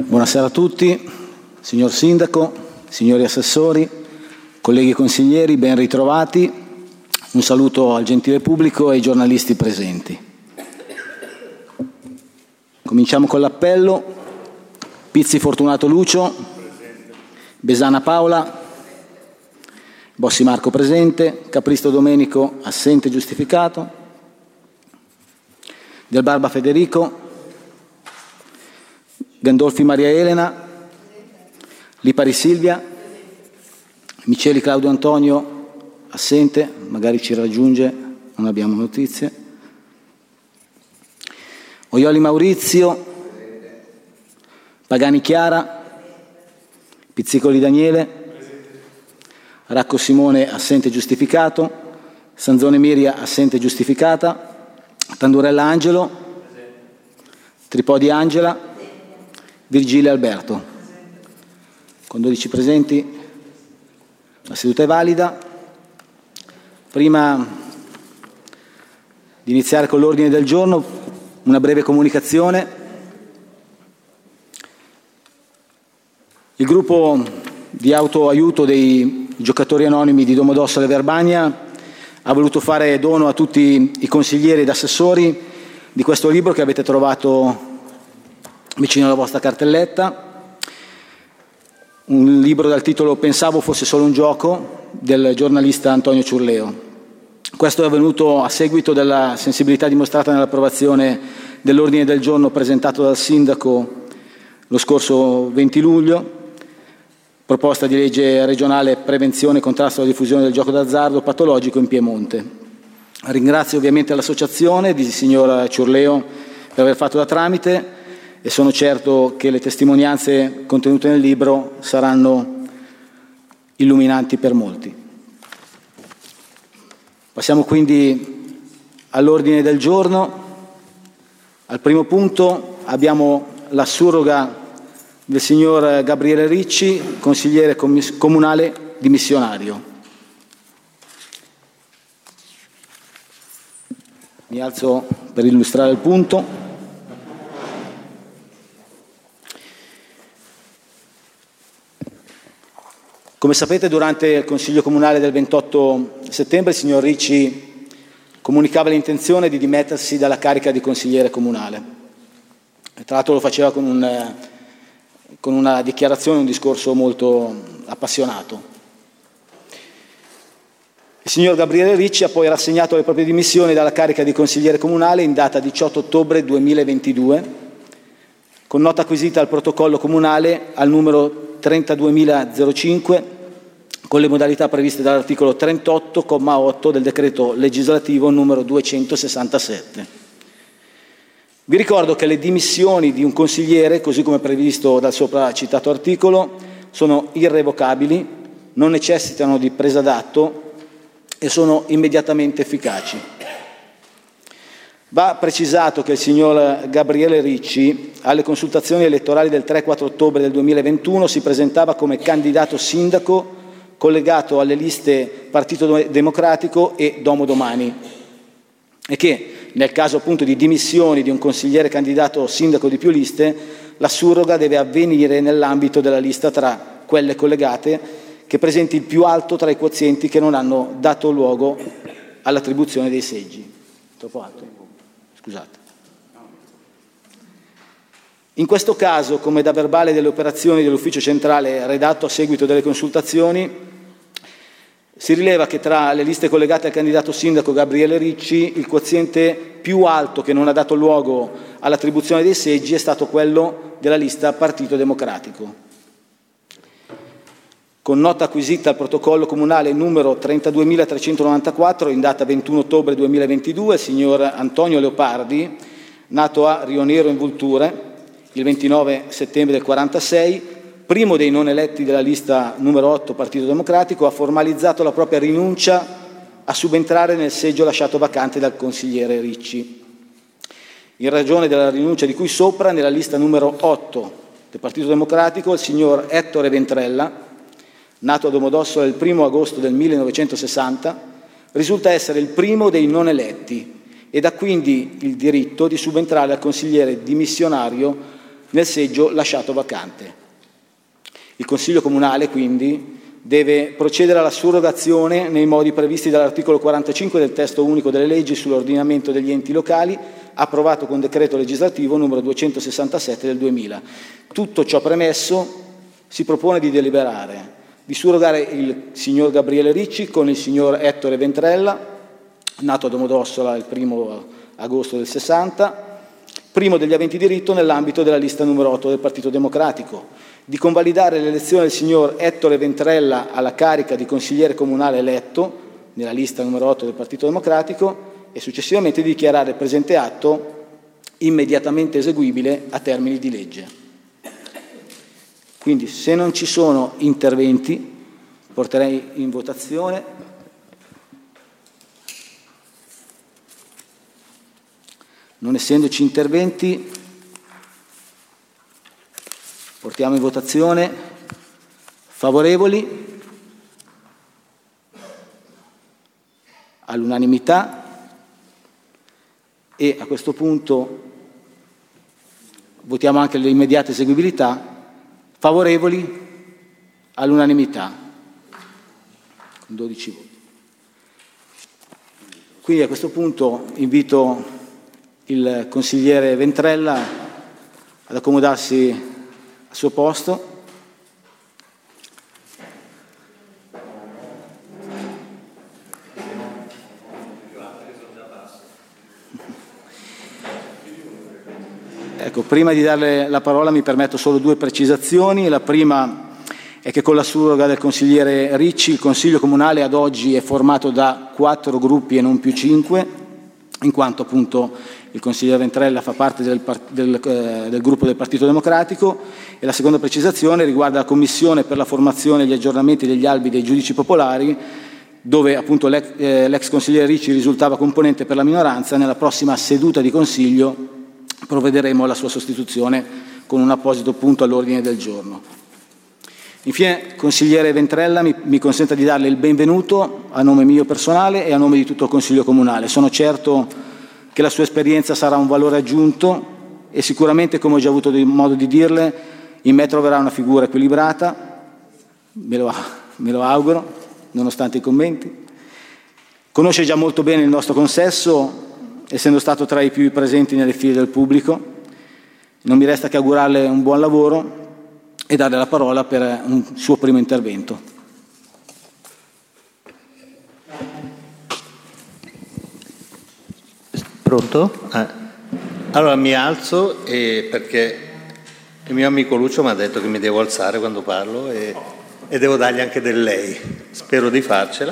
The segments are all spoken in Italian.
Buonasera a tutti, signor Sindaco, signori assessori, colleghi consiglieri, ben ritrovati. Un saluto al gentile pubblico e ai giornalisti presenti. Cominciamo con l'appello. Pizzi Fortunato Lucio, Besana Paola, Bossi Marco presente, Capristo Domenico assente giustificato, Del Barba Federico, Gandolfi Maria Elena, Lipari Silvia, Miceli Claudio Antonio assente, magari ci raggiunge, non abbiamo notizie, Oioli Maurizio, Pagani Chiara, Pizzicoli Daniele, Racco Simone assente giustificato, Sanzone Miria assente giustificata, Tandurella Angelo, Tripodi Angela, Virgilio Alberto. Con 12 presenti la seduta è valida. Prima di iniziare con l'ordine del giorno, una breve comunicazione. Il gruppo di autoaiuto dei giocatori anonimi di Domodossola e Verbania ha voluto fare dono a tutti i consiglieri ed assessori di questo libro che avete trovato vicino alla vostra cartelletta, un libro dal titolo Pensavo fosse solo un gioco del giornalista Antonio Ciurleo. Questo è avvenuto a seguito della sensibilità dimostrata nell'approvazione dell'ordine del giorno presentato dal Sindaco lo scorso 20 luglio, proposta di legge regionale prevenzione e contrasto alla diffusione del gioco d'azzardo patologico in Piemonte. Ringrazio ovviamente l'associazione di signor Ciurleo per aver fatto da tramite e sono certo che le testimonianze contenute nel libro saranno illuminanti per molti. Passiamo quindi all'ordine del giorno. Al primo punto abbiamo la surroga del signor Gabriele Ricci, consigliere comunale dimissionario. Mi alzo per illustrare il punto. Come sapete, durante il Consiglio Comunale del 28 settembre il signor Ricci comunicava l'intenzione di dimettersi dalla carica di consigliere comunale. E tra l'altro lo faceva con una dichiarazione, un discorso molto appassionato. Il signor Gabriele Ricci ha poi rassegnato le proprie dimissioni dalla carica di consigliere comunale in data 18 ottobre 2022, con nota acquisita al protocollo comunale al numero 32005, con le modalità previste dall'articolo 38,8 del decreto legislativo numero 267. Vi ricordo che le dimissioni di un consigliere, così come previsto dal sopra citato articolo, sono irrevocabili, non necessitano di presa d'atto e sono immediatamente efficaci. Va precisato che il signor Gabriele Ricci alle consultazioni elettorali del 3-4 ottobre del 2021 si presentava come candidato sindaco collegato alle liste Partito Democratico e Domodomani e che nel caso appunto di dimissioni di un consigliere candidato sindaco di più liste, la surroga deve avvenire nell'ambito della lista tra quelle collegate che presenti il più alto tra i quozienti che non hanno dato luogo all'attribuzione dei seggi. Troppo alto? Scusate. In questo caso, come da verbale delle operazioni dell'ufficio centrale redatto a seguito delle consultazioni, si rileva che tra le liste collegate al candidato sindaco Gabriele Ricci il quoziente più alto che non ha dato luogo all'attribuzione dei seggi è stato quello della lista Partito Democratico. Con nota acquisita al protocollo comunale numero 32.394 in data 21 ottobre 2022, il signor Antonio Leopardi, nato a Rio Nero in Vulture il 29 settembre del 1946, primo dei non eletti della lista numero 8 Partito Democratico, ha formalizzato la propria rinuncia a subentrare nel seggio lasciato vacante dal consigliere Ricci. In ragione della rinuncia di cui sopra, nella lista numero 8 del Partito Democratico, il signor Ettore Ventrella, nato a Domodossola il 1 agosto del 1960, risulta essere il primo dei non eletti ed ha quindi il diritto di subentrare al consigliere dimissionario nel seggio lasciato vacante. Il Consiglio Comunale, quindi, deve procedere alla surrogazione nei modi previsti dall'articolo 45 del testo unico delle leggi sull'ordinamento degli enti locali, approvato con decreto legislativo numero 267 del 2000. Tutto ciò premesso, si propone di deliberare di surrogare il signor Gabriele Ricci con il signor Ettore Ventrella, nato a Domodossola il 1 agosto del 60, primo degli aventi diritto nell'ambito della lista numero 8 del Partito Democratico, di convalidare l'elezione del signor Ettore Ventrella alla carica di consigliere comunale eletto nella lista numero 8 del Partito Democratico e successivamente di dichiarare il presente atto immediatamente eseguibile a termini di legge. Quindi, se non ci sono interventi, porterei in votazione. Non essendoci interventi, portiamo in votazione. Favorevoli? All'unanimità. E a questo punto votiamo anche l'immediata eseguibilità. Favorevoli? All'unanimità. Con 12 voti. Quindi a questo punto invito il consigliere Ventrella ad accomodarsi al suo posto. Ecco, prima di darle la parola mi permetto solo 2 precisazioni. La prima è che con la surroga del consigliere Ricci il Consiglio Comunale ad oggi è formato da 4 gruppi e non più 5, in quanto appunto il consigliere Ventrella fa parte del gruppo del Partito Democratico. E la seconda precisazione riguarda la Commissione per la formazione e gli aggiornamenti degli albi dei giudici popolari, dove appunto l'ex consigliere Ricci risultava componente per la minoranza. Nella prossima seduta di Consiglio provvederemo alla sua sostituzione con un apposito punto all'ordine del giorno. Infine, consigliere Ventrella, mi consenta di darle il benvenuto a nome mio personale e a nome di tutto il Consiglio Comunale. Sono certo che la sua esperienza sarà un valore aggiunto e sicuramente, come ho già avuto modo di dirle, in me troverà una figura equilibrata, me lo auguro, nonostante i commenti. Conosce già molto bene il nostro consesso, essendo stato tra i più presenti nelle file del pubblico. Non mi resta che augurarle un buon lavoro e darle la parola per un suo primo intervento. Pronto? Allora mi alzo perché il mio amico Lucio mi ha detto che mi devo alzare quando parlo e devo dargli anche del lei. Spero di farcela,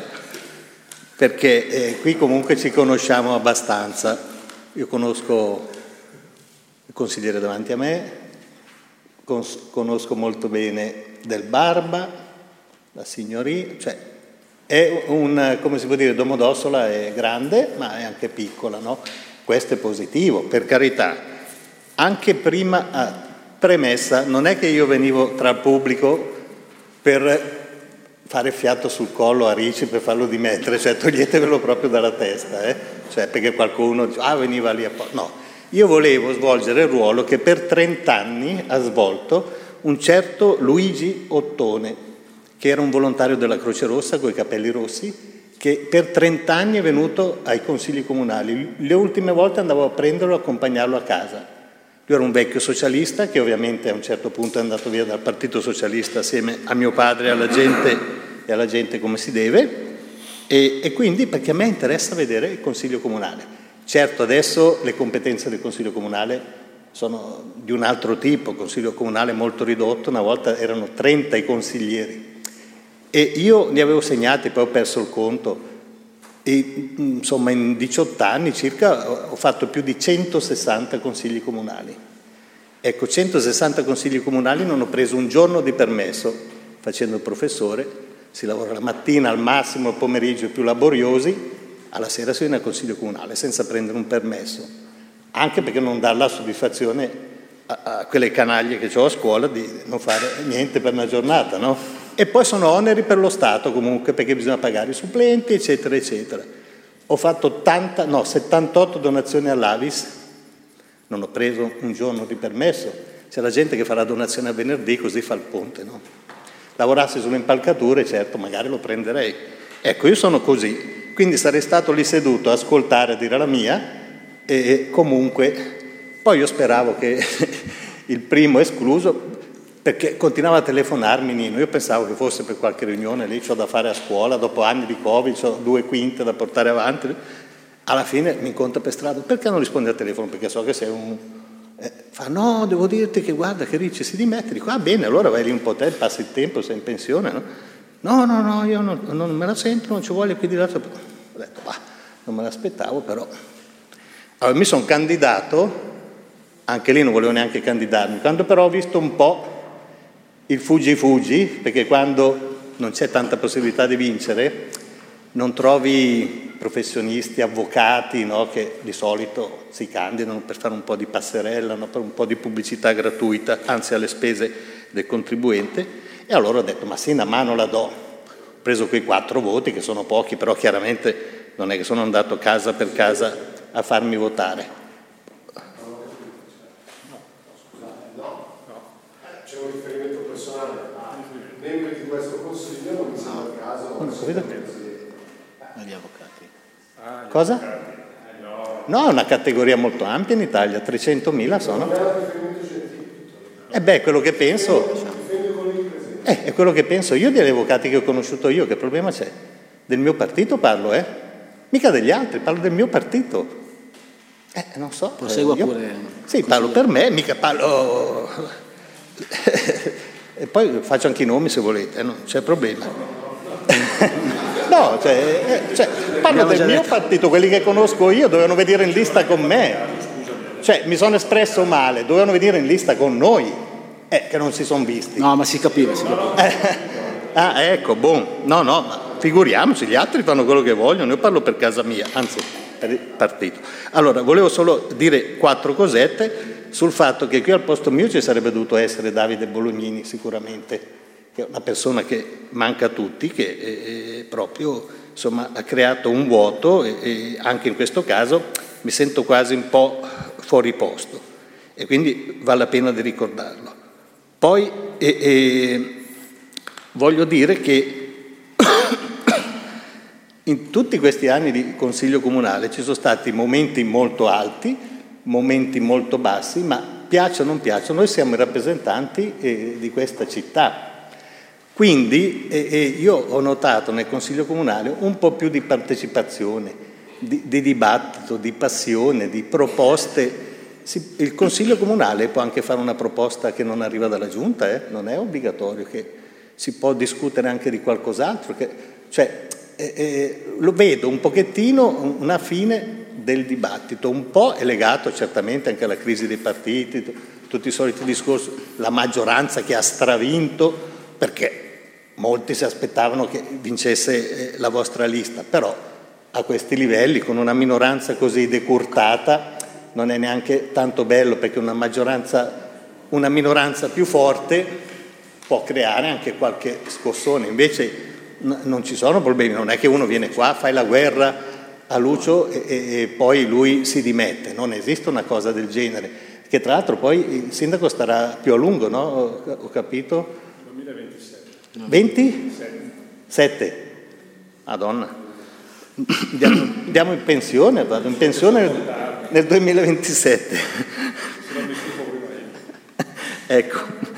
perché qui comunque ci conosciamo abbastanza. Io conosco il consigliere davanti a me, conosco molto bene Del Barba, la signoria, cioè è come si può dire, Domodossola è grande ma è anche piccola, no? Questo è positivo, per carità. Anche prima, premessa, non è che io venivo tra il pubblico per fare fiato sul collo a Ricci per farlo dimettere, cioè toglietevelo proprio dalla testa, cioè perché qualcuno dice, veniva lì apposta. No, io volevo svolgere il ruolo che per 30 anni ha svolto un certo Luigi Ottone, che era un volontario della Croce Rossa con i capelli rossi, che per 30 anni è venuto ai consigli comunali. Le ultime volte andavo a prenderlo e accompagnarlo a casa. Lui era un vecchio socialista che ovviamente a un certo punto è andato via dal Partito Socialista assieme a mio padre e alla gente come si deve, e quindi perché a me interessa vedere il Consiglio Comunale. Certo, adesso le competenze del Consiglio Comunale sono di un altro tipo, il Consiglio Comunale è molto ridotto, una volta erano 30 i consiglieri e io ne avevo segnati, poi ho perso il conto e insomma in 18 anni circa ho fatto più di 160 consigli comunali. Ecco, 160 consigli comunali, non ho preso un giorno di permesso facendo il professore, si lavora la mattina al massimo, il pomeriggio più laboriosi, alla sera si viene al consiglio comunale senza prendere un permesso, anche perché non dà la soddisfazione a quelle canaglie che ho a scuola di non fare niente per una giornata, no? E poi sono oneri per lo Stato comunque, perché bisogna pagare i supplenti, eccetera, eccetera. Ho fatto 78 donazioni all'Avis, non ho preso un giorno di permesso, c'è la gente che fa la donazione a venerdì, così fa il ponte, no? Lavorassi sulle impalcature, certo, magari lo prenderei. Ecco, io sono così, quindi sarei stato lì seduto a ascoltare, a dire la mia, e comunque poi io speravo che il primo escluso, perché continuava a telefonarmi Nino, io pensavo che fosse per qualche riunione, lì c'ho da fare a scuola, dopo anni di Covid, c'ho 2 quinte da portare avanti, alla fine mi incontra per strada, perché non rispondi al telefono? Perché so che sei un... fa, no, devo dirti che guarda che Ricci si dimette, dico, bene, allora vai lì un po' te, passi il tempo, sei in pensione, no? No, io non me la sento, non ci voglio più di là. Ho detto, non me l'aspettavo, però. Allora mi sono candidato, anche lì non volevo neanche candidarmi, quando però ho visto un po' il fuggi, perché quando non c'è tanta possibilità di vincere, non trovi professionisti, avvocati, no, che di solito si candidano per fare un po' di passerella, no, per un po' di pubblicità gratuita, anzi alle spese del contribuente, e allora ho detto, ma sì, una mano la do. Ho preso quei 4 voti, che sono pochi, però chiaramente non è che sono andato casa per casa a farmi votare. C'è un riferimento personale. Membri di questo consiglio non mi sembra il caso. Gli avvocati. Cosa? No, è una categoria molto ampia in Italia, 300.000 sono. Quello che penso... è quello che penso io degli avvocati che ho conosciuto io, che problema c'è? Del mio partito parlo, mica degli altri, parlo del mio partito. Non so. Prosegua pure. Sì, parlo per me, mica parlo... E poi faccio anche i nomi se volete, non c'è problema. No, parlo del mio partito, quelli che conosco io dovevano venire in lista con me. Mi sono espresso male, dovevano venire in lista con noi. Che non si sono visti. No, ma si capiva. Ecco, no, ma figuriamoci, gli altri fanno quello che vogliono, io parlo per casa mia, anzi per il partito. Allora, volevo solo dire 4 cosette sul fatto che qui al posto mio ci sarebbe dovuto essere Davide Bolognini, sicuramente, che è una persona che manca a tutti, che proprio, insomma, ha creato un vuoto e anche in questo caso mi sento quasi un po' fuori posto e quindi vale la pena di ricordarlo. Poi voglio dire che in tutti questi anni di Consiglio Comunale ci sono stati momenti molto alti, momenti molto bassi, ma piaccia o non piaccia, noi siamo i rappresentanti di questa città. Quindi io ho notato nel Consiglio Comunale un po' più di partecipazione, di dibattito, di passione, di proposte. Il Consiglio Comunale può anche fare una proposta che non arriva dalla Giunta, non è obbligatorio, che si può discutere anche di qualcos'altro, lo vedo un pochettino una fine del dibattito, un po' è legato certamente anche alla crisi dei partiti, tutti i soliti discorsi, la maggioranza che ha stravinto, perché molti si aspettavano che vincesse la vostra lista, però a questi livelli, con una minoranza così decurtata, non è neanche tanto bello, perché una minoranza più forte può creare anche qualche scossone. Invece non ci sono problemi, non è che uno viene qua, fai la guerra a Lucio e poi lui si dimette, non esiste una cosa del genere, che tra l'altro poi il sindaco starà più a lungo, no? Ho capito? 2027. 27? Madonna. Andiamo in pensione, vado in pensione nel 2027. Ecco.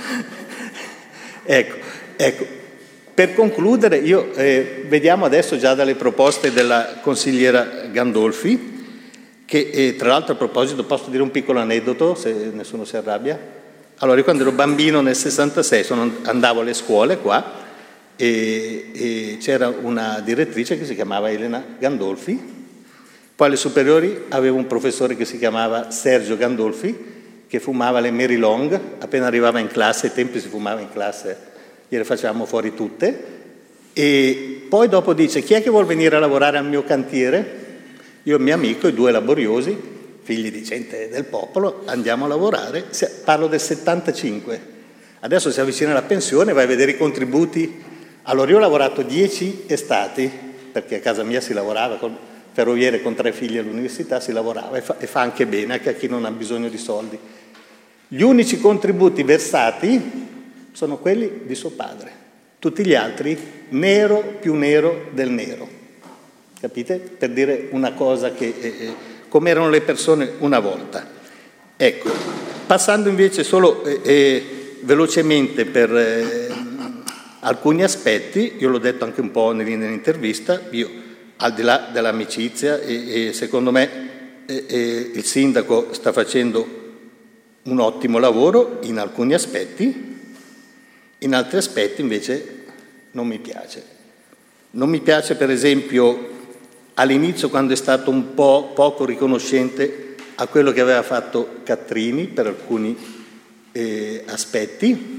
Per concludere, vediamo adesso già dalle proposte della consigliera Gandolfi, che tra l'altro a proposito posso dire un piccolo aneddoto, se nessuno si arrabbia. Allora, io quando ero bambino nel 66 andavo alle scuole qua e c'era una direttrice che si chiamava Elena Gandolfi. Poi alle superiori avevo un professore che si chiamava Sergio Gandolfi, che fumava le Mary Long, appena arrivava in classe, ai tempi si fumava in classe, gliele facevamo fuori tutte, e poi dopo dice: chi è che vuol venire a lavorare al mio cantiere? Io e il mio amico, i 2 laboriosi, figli di gente del popolo, andiamo a lavorare, parlo del 75, adesso si avvicina la pensione, vai a vedere i contributi. Allora io ho lavorato 10 estati, perché a casa mia si lavorava con ferroviere con 3 figli all'università, si lavorava e fa anche bene anche a chi non ha bisogno di soldi. Gli unici contributi versati sono quelli di suo padre, tutti gli altri nero più nero del nero, capite? Per dire una cosa che come erano le persone una volta. Ecco, passando invece solo velocemente per alcuni aspetti, io l'ho detto anche un po' nell'intervista, io al di là dell'amicizia e secondo me il sindaco sta facendo un ottimo lavoro in alcuni aspetti, in altri aspetti invece non mi piace. Non mi piace per esempio all'inizio quando è stato un po' poco riconoscente a quello che aveva fatto Cattrini per alcuni aspetti,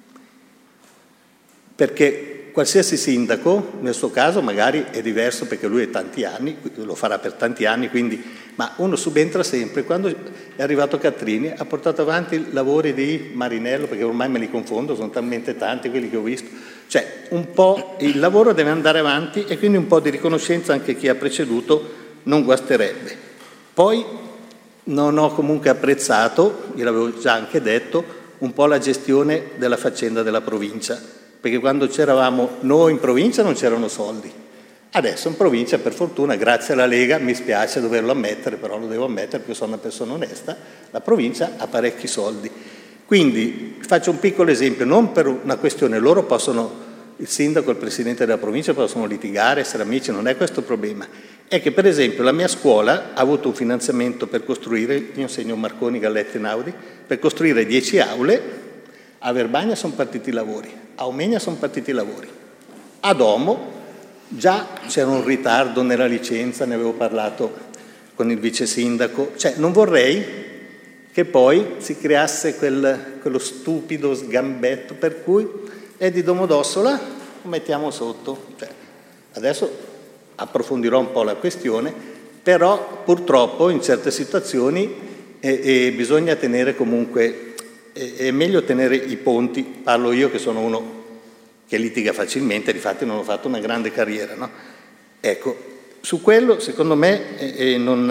perché qualsiasi sindaco, nel suo caso magari è diverso perché lui è tanti anni, lo farà per tanti anni, quindi, ma uno subentra sempre. Quando è arrivato Cattrini ha portato avanti i lavori di Marinello, perché ormai me li confondo, sono talmente tanti quelli che ho visto, cioè un po' il lavoro deve andare avanti e quindi un po' di riconoscenza anche a chi ha preceduto non guasterebbe. Poi non ho comunque apprezzato, gliel'avevo già anche detto, un po' la gestione della faccenda della provincia, perché quando c'eravamo noi in provincia non c'erano soldi. Adesso in provincia, per fortuna, grazie alla Lega, mi spiace doverlo ammettere, però lo devo ammettere perché sono una persona onesta, la provincia ha parecchi soldi. Quindi faccio un piccolo esempio, non per una questione, loro possono, il sindaco e il presidente della provincia possono litigare, essere amici, non è questo il problema. È che per esempio la mia scuola ha avuto un finanziamento per costruire, io insegno Marconi, Galletti e Naudi, per costruire 10 aule. A Verbania sono partiti i lavori, a Omegna sono partiti i lavori, a Domo già c'era un ritardo nella licenza, ne avevo parlato con il vice sindaco, cioè non vorrei che poi si creasse quello stupido sgambetto per cui è di Domodossola, lo mettiamo sotto. Cioè, adesso approfondirò un po' la questione, però purtroppo in certe situazioni bisogna tenere comunque, è meglio tenere i ponti, parlo io che sono uno che litiga facilmente, difatti non ho fatto una grande carriera, no? Ecco, su quello secondo me non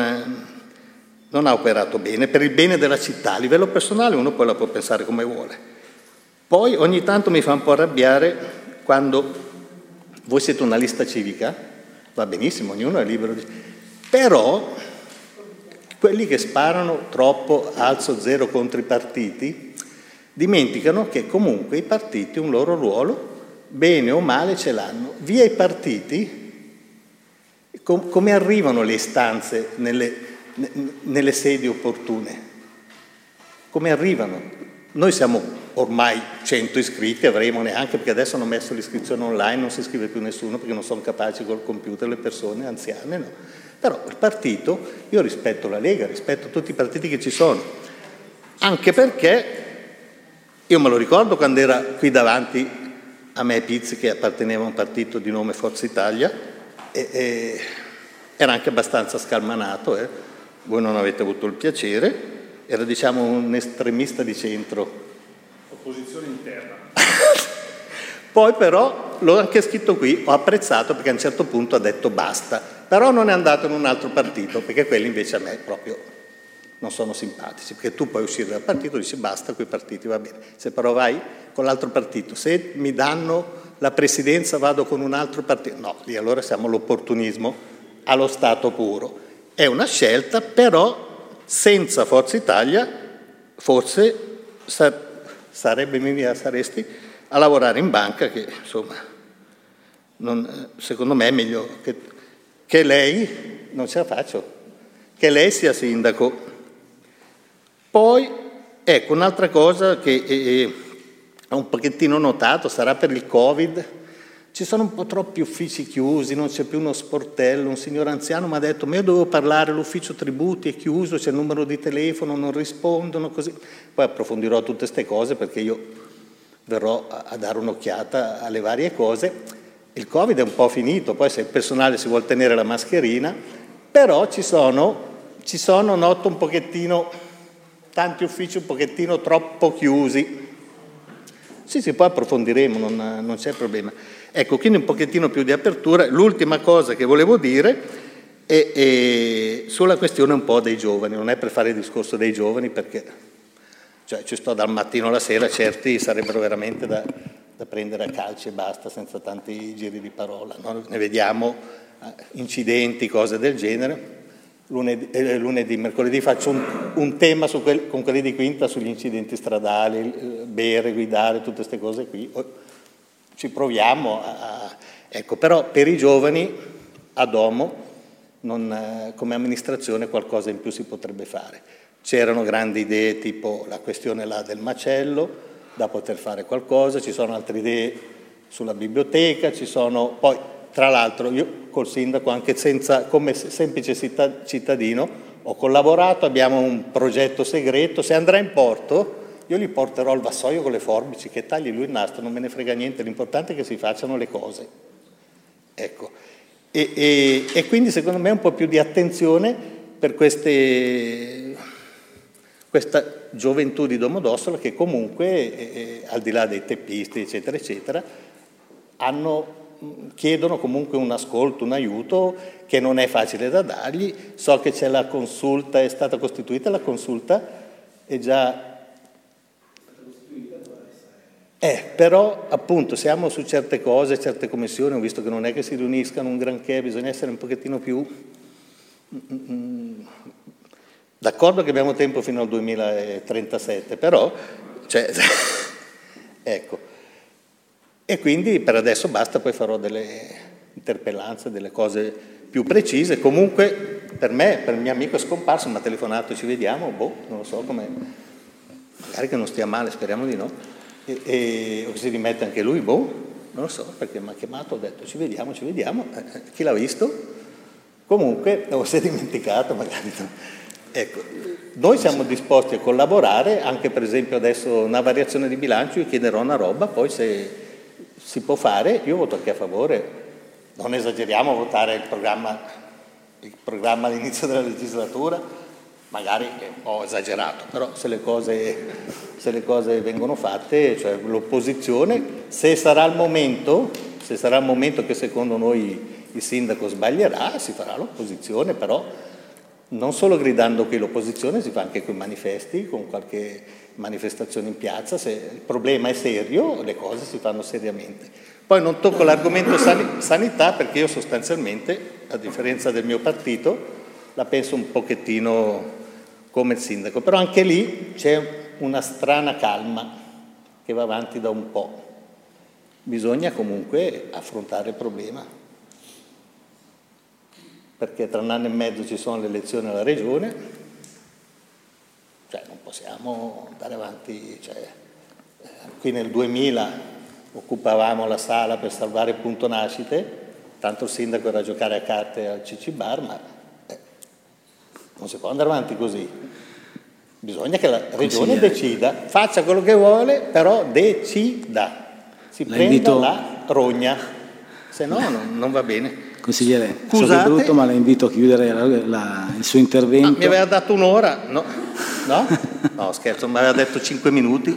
ha operato bene, per il bene della città. A livello personale uno poi la può pensare come vuole. Poi ogni tanto mi fa un po' arrabbiare quando voi siete una lista civica, va benissimo, ognuno è libero di... Però quelli che sparano troppo alzo zero contro i partiti dimenticano che comunque i partiti un loro ruolo, bene o male, ce l'hanno. Via i partiti, come arrivano le istanze nelle sedi opportune? Come arrivano? Noi siamo ormai 100 iscritti, avremo neanche, perché adesso hanno messo l'iscrizione online, non si iscrive più nessuno perché non sono capaci col computer le persone anziane, no? Però il partito, io rispetto la Lega, rispetto tutti i partiti che ci sono, anche perché io me lo ricordo quando era qui davanti a me Pizzi, che apparteneva a un partito di nome Forza Italia, e era anche abbastanza scalmanato, voi non avete avuto il piacere, era diciamo un estremista di centro. Opposizione interna. Poi però, l'ho anche scritto qui, ho apprezzato perché a un certo punto ha detto basta, però non è andato in un altro partito, perché quelli invece a me proprio non sono simpatici, perché tu puoi uscire dal partito e dici basta, quei partiti va bene, se però vai con l'altro partito, se mi danno la presidenza vado con un altro partito, no, lì allora siamo all'opportunismo allo stato puro. È una scelta, però senza Forza Italia forse saresti a lavorare in banca, che insomma secondo me è meglio che lei, non ce la faccio, che lei sia sindaco. Poi, ecco, un'altra cosa che ho un pochettino notato, sarà per il Covid, ci sono un po' troppi uffici chiusi, non c'è più uno sportello, un signor anziano mi ha detto ma io dovevo parlare, l'ufficio tributi è chiuso, c'è il numero di telefono, non rispondono, così. Poi approfondirò tutte queste cose perché io verrò a dare un'occhiata alle varie cose. Il Covid è un po' finito, poi se il personale si vuol tenere la mascherina, però ci sono, noto un pochettino, tanti uffici un pochettino troppo chiusi. Sì, poi approfondiremo, non c'è problema. Ecco, quindi un pochettino più di apertura. L'ultima cosa che volevo dire è sulla questione un po' dei giovani, non è per fare il discorso dei giovani perché cioè ci sto dal mattino alla sera, certi sarebbero veramente da prendere a calci e basta, senza tanti giri di parola, no? Ne vediamo incidenti, cose del genere. Lunedì, mercoledì faccio un tema con quelli di Quinta sugli incidenti stradali, bere, guidare, tutte queste cose qui. Ci proviamo ecco, però per i giovani a Domo come amministrazione qualcosa in più si potrebbe fare. C'erano grandi idee tipo la questione là del macello, da poter fare qualcosa, ci sono altre idee sulla biblioteca, ci sono poi, tra l'altro, io col sindaco, anche come semplice cittadino, ho collaborato, abbiamo un progetto segreto, se andrà in porto io gli porterò il vassoio con le forbici, che tagli lui il nastro, non me ne frega niente, l'importante è che si facciano le cose. Ecco. E quindi secondo me un po' più di attenzione per questa gioventù di Domodossola che comunque, al di là dei teppisti, eccetera, eccetera, chiedono comunque un ascolto, un aiuto che non è facile da dargli. So che c'è la consulta, è stata costituita la consulta, è già... però appunto siamo su certe cose, certe commissioni, ho visto che non è che si riuniscano un granché, bisogna essere un pochettino più... D'accordo che abbiamo tempo fino al 2037, però, cioè, ecco. E quindi per adesso basta, poi farò delle interpellanze, delle cose più precise. Comunque, per me, per il mio amico è scomparso, mi ha telefonato, ci vediamo, non lo so come, magari che non stia male, speriamo di no, o che si rimette anche lui, non lo so, perché mi ha chiamato, ho detto ci vediamo, chi l'ha visto? Comunque, si è dimenticato, magari no. Ecco, noi siamo disposti a collaborare, anche per esempio adesso una variazione di bilancio, io chiederò una roba, poi se si può fare, io voto anche a favore, non esageriamo a votare il programma all'inizio della legislatura, magari ho esagerato, però se le cose vengono fatte, cioè l'opposizione, se sarà il momento che secondo noi il sindaco sbaglierà, si farà l'opposizione, però non solo gridando qui l'opposizione, si fa anche con manifesti, con qualche manifestazione in piazza, se il problema è serio, le cose si fanno seriamente. Poi non tocco l'argomento sanità perché io sostanzialmente, a differenza del mio partito, la penso un pochettino come il sindaco, però anche lì c'è una strana calma che va avanti da un po'. Bisogna comunque affrontare il problema, perché tra un anno e mezzo ci sono le elezioni alla regione, cioè non possiamo andare avanti, cioè, qui nel 2000 occupavamo la sala per salvare il punto nascite, tanto il sindaco era a giocare a carte al CC Bar, ma non si può andare avanti così, bisogna che la regione decida, faccia quello che vuole, però decida, si prenda la rogna, se no non va bene. Consigliere, so che è brutto, ma la invito a chiudere il suo intervento. Mi aveva dato un'ora, no? No, scherzo, mi aveva detto 5 minuti.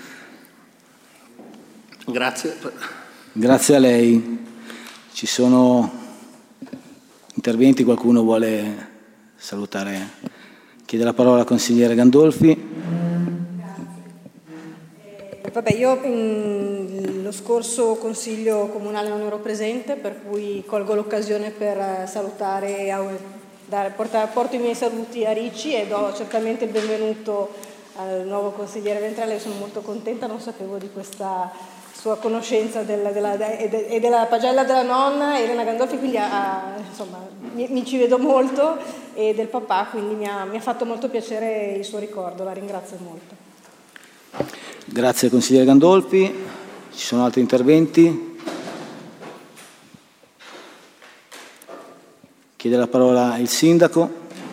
Grazie. Grazie a lei. Ci sono interventi, qualcuno vuole salutare? Chiede la parola al consigliere Gandolfi. Vabbè, io lo scorso Consiglio Comunale non ero presente, per cui colgo l'occasione per salutare, porto i miei saluti a Ricci e do certamente il benvenuto al nuovo consigliere Ventrella. Sono molto contenta, non sapevo di questa sua conoscenza e della pagella della nonna Elena Gandolfi, quindi insomma mi ci vedo molto, e del papà, quindi mi ha fatto molto piacere il suo ricordo, la ringrazio molto. Grazie consigliere Gandolfi. Ci sono altri interventi? Chiede la parola il sindaco.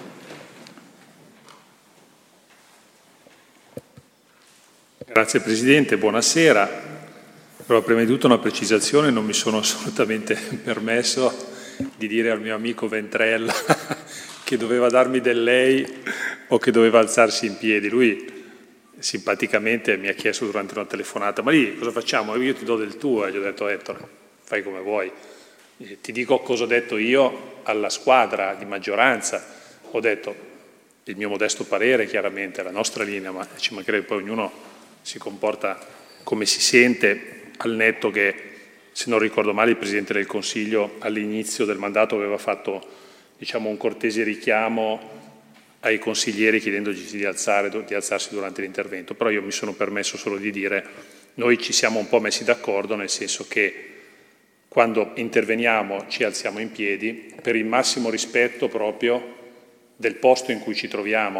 Grazie Presidente, buonasera. Però prima di tutto una precisazione: non mi sono assolutamente permesso di dire al mio amico Ventrella che doveva darmi del lei o che doveva alzarsi in piedi. Lui simpaticamente mi ha chiesto durante una telefonata: ma lì cosa facciamo? Io ti do del tuo. E gli ho detto: Ettore, fai come vuoi. Ti dico cosa ho detto io alla squadra di maggioranza. Ho detto: il mio modesto parere, chiaramente, la nostra linea, ma ci mancherebbe, poi ognuno si comporta come si sente, al netto che, se non ricordo male, il Presidente del Consiglio all'inizio del mandato aveva fatto, diciamo, un cortese richiamo ai consiglieri chiedendoci di alzarsi durante l'intervento, però io mi sono permesso solo di dire, noi ci siamo un po' messi d'accordo, nel senso che quando interveniamo ci alziamo in piedi per il massimo rispetto proprio del posto in cui ci troviamo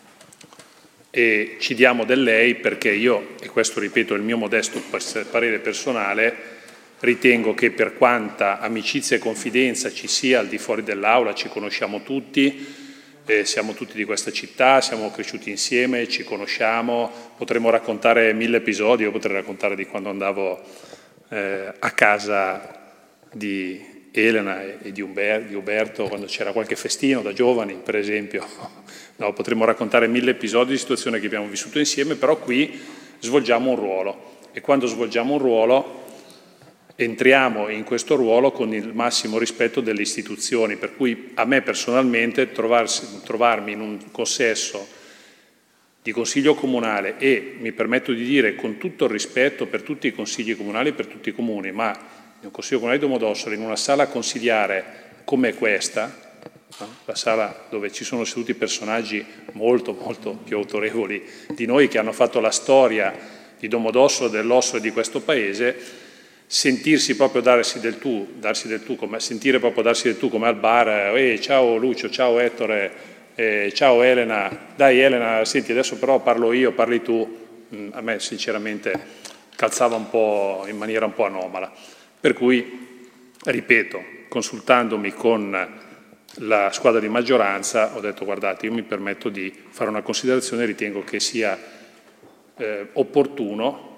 e ci diamo del lei, perché io, e questo ripeto è il mio modesto parere personale, ritengo che per quanta amicizia e confidenza ci sia al di fuori dell'aula, ci conosciamo tutti, siamo tutti di questa città, siamo cresciuti insieme, ci conosciamo, potremmo raccontare 1000 episodi, io potrei raccontare di quando andavo a casa di Elena e di Uberto quando c'era qualche festino da giovani, per esempio. No, potremmo raccontare 1000 episodi di situazioni che abbiamo vissuto insieme, però qui svolgiamo un ruolo e quando svolgiamo un ruolo entriamo in questo ruolo con il massimo rispetto delle istituzioni, per cui a me personalmente trovarmi in un consesso di consiglio comunale e, mi permetto di dire con tutto il rispetto per tutti i consigli comunali e per tutti i comuni, ma in un consiglio comunale di Domodossola, in una sala consiliare come questa, no? La sala dove ci sono seduti personaggi molto molto più autorevoli di noi che hanno fatto la storia di Domodossola, dell'Ossola e di questo paese, sentirsi proprio darsi del tu come al bar, ciao Lucio, ciao Ettore, ciao Elena, dai Elena, senti adesso però parlo io, parli tu, a me sinceramente calzava un po' in maniera un po' anomala. Per cui, ripeto, consultandomi con la squadra di maggioranza, ho detto guardate, io mi permetto di fare una considerazione, ritengo che sia opportuno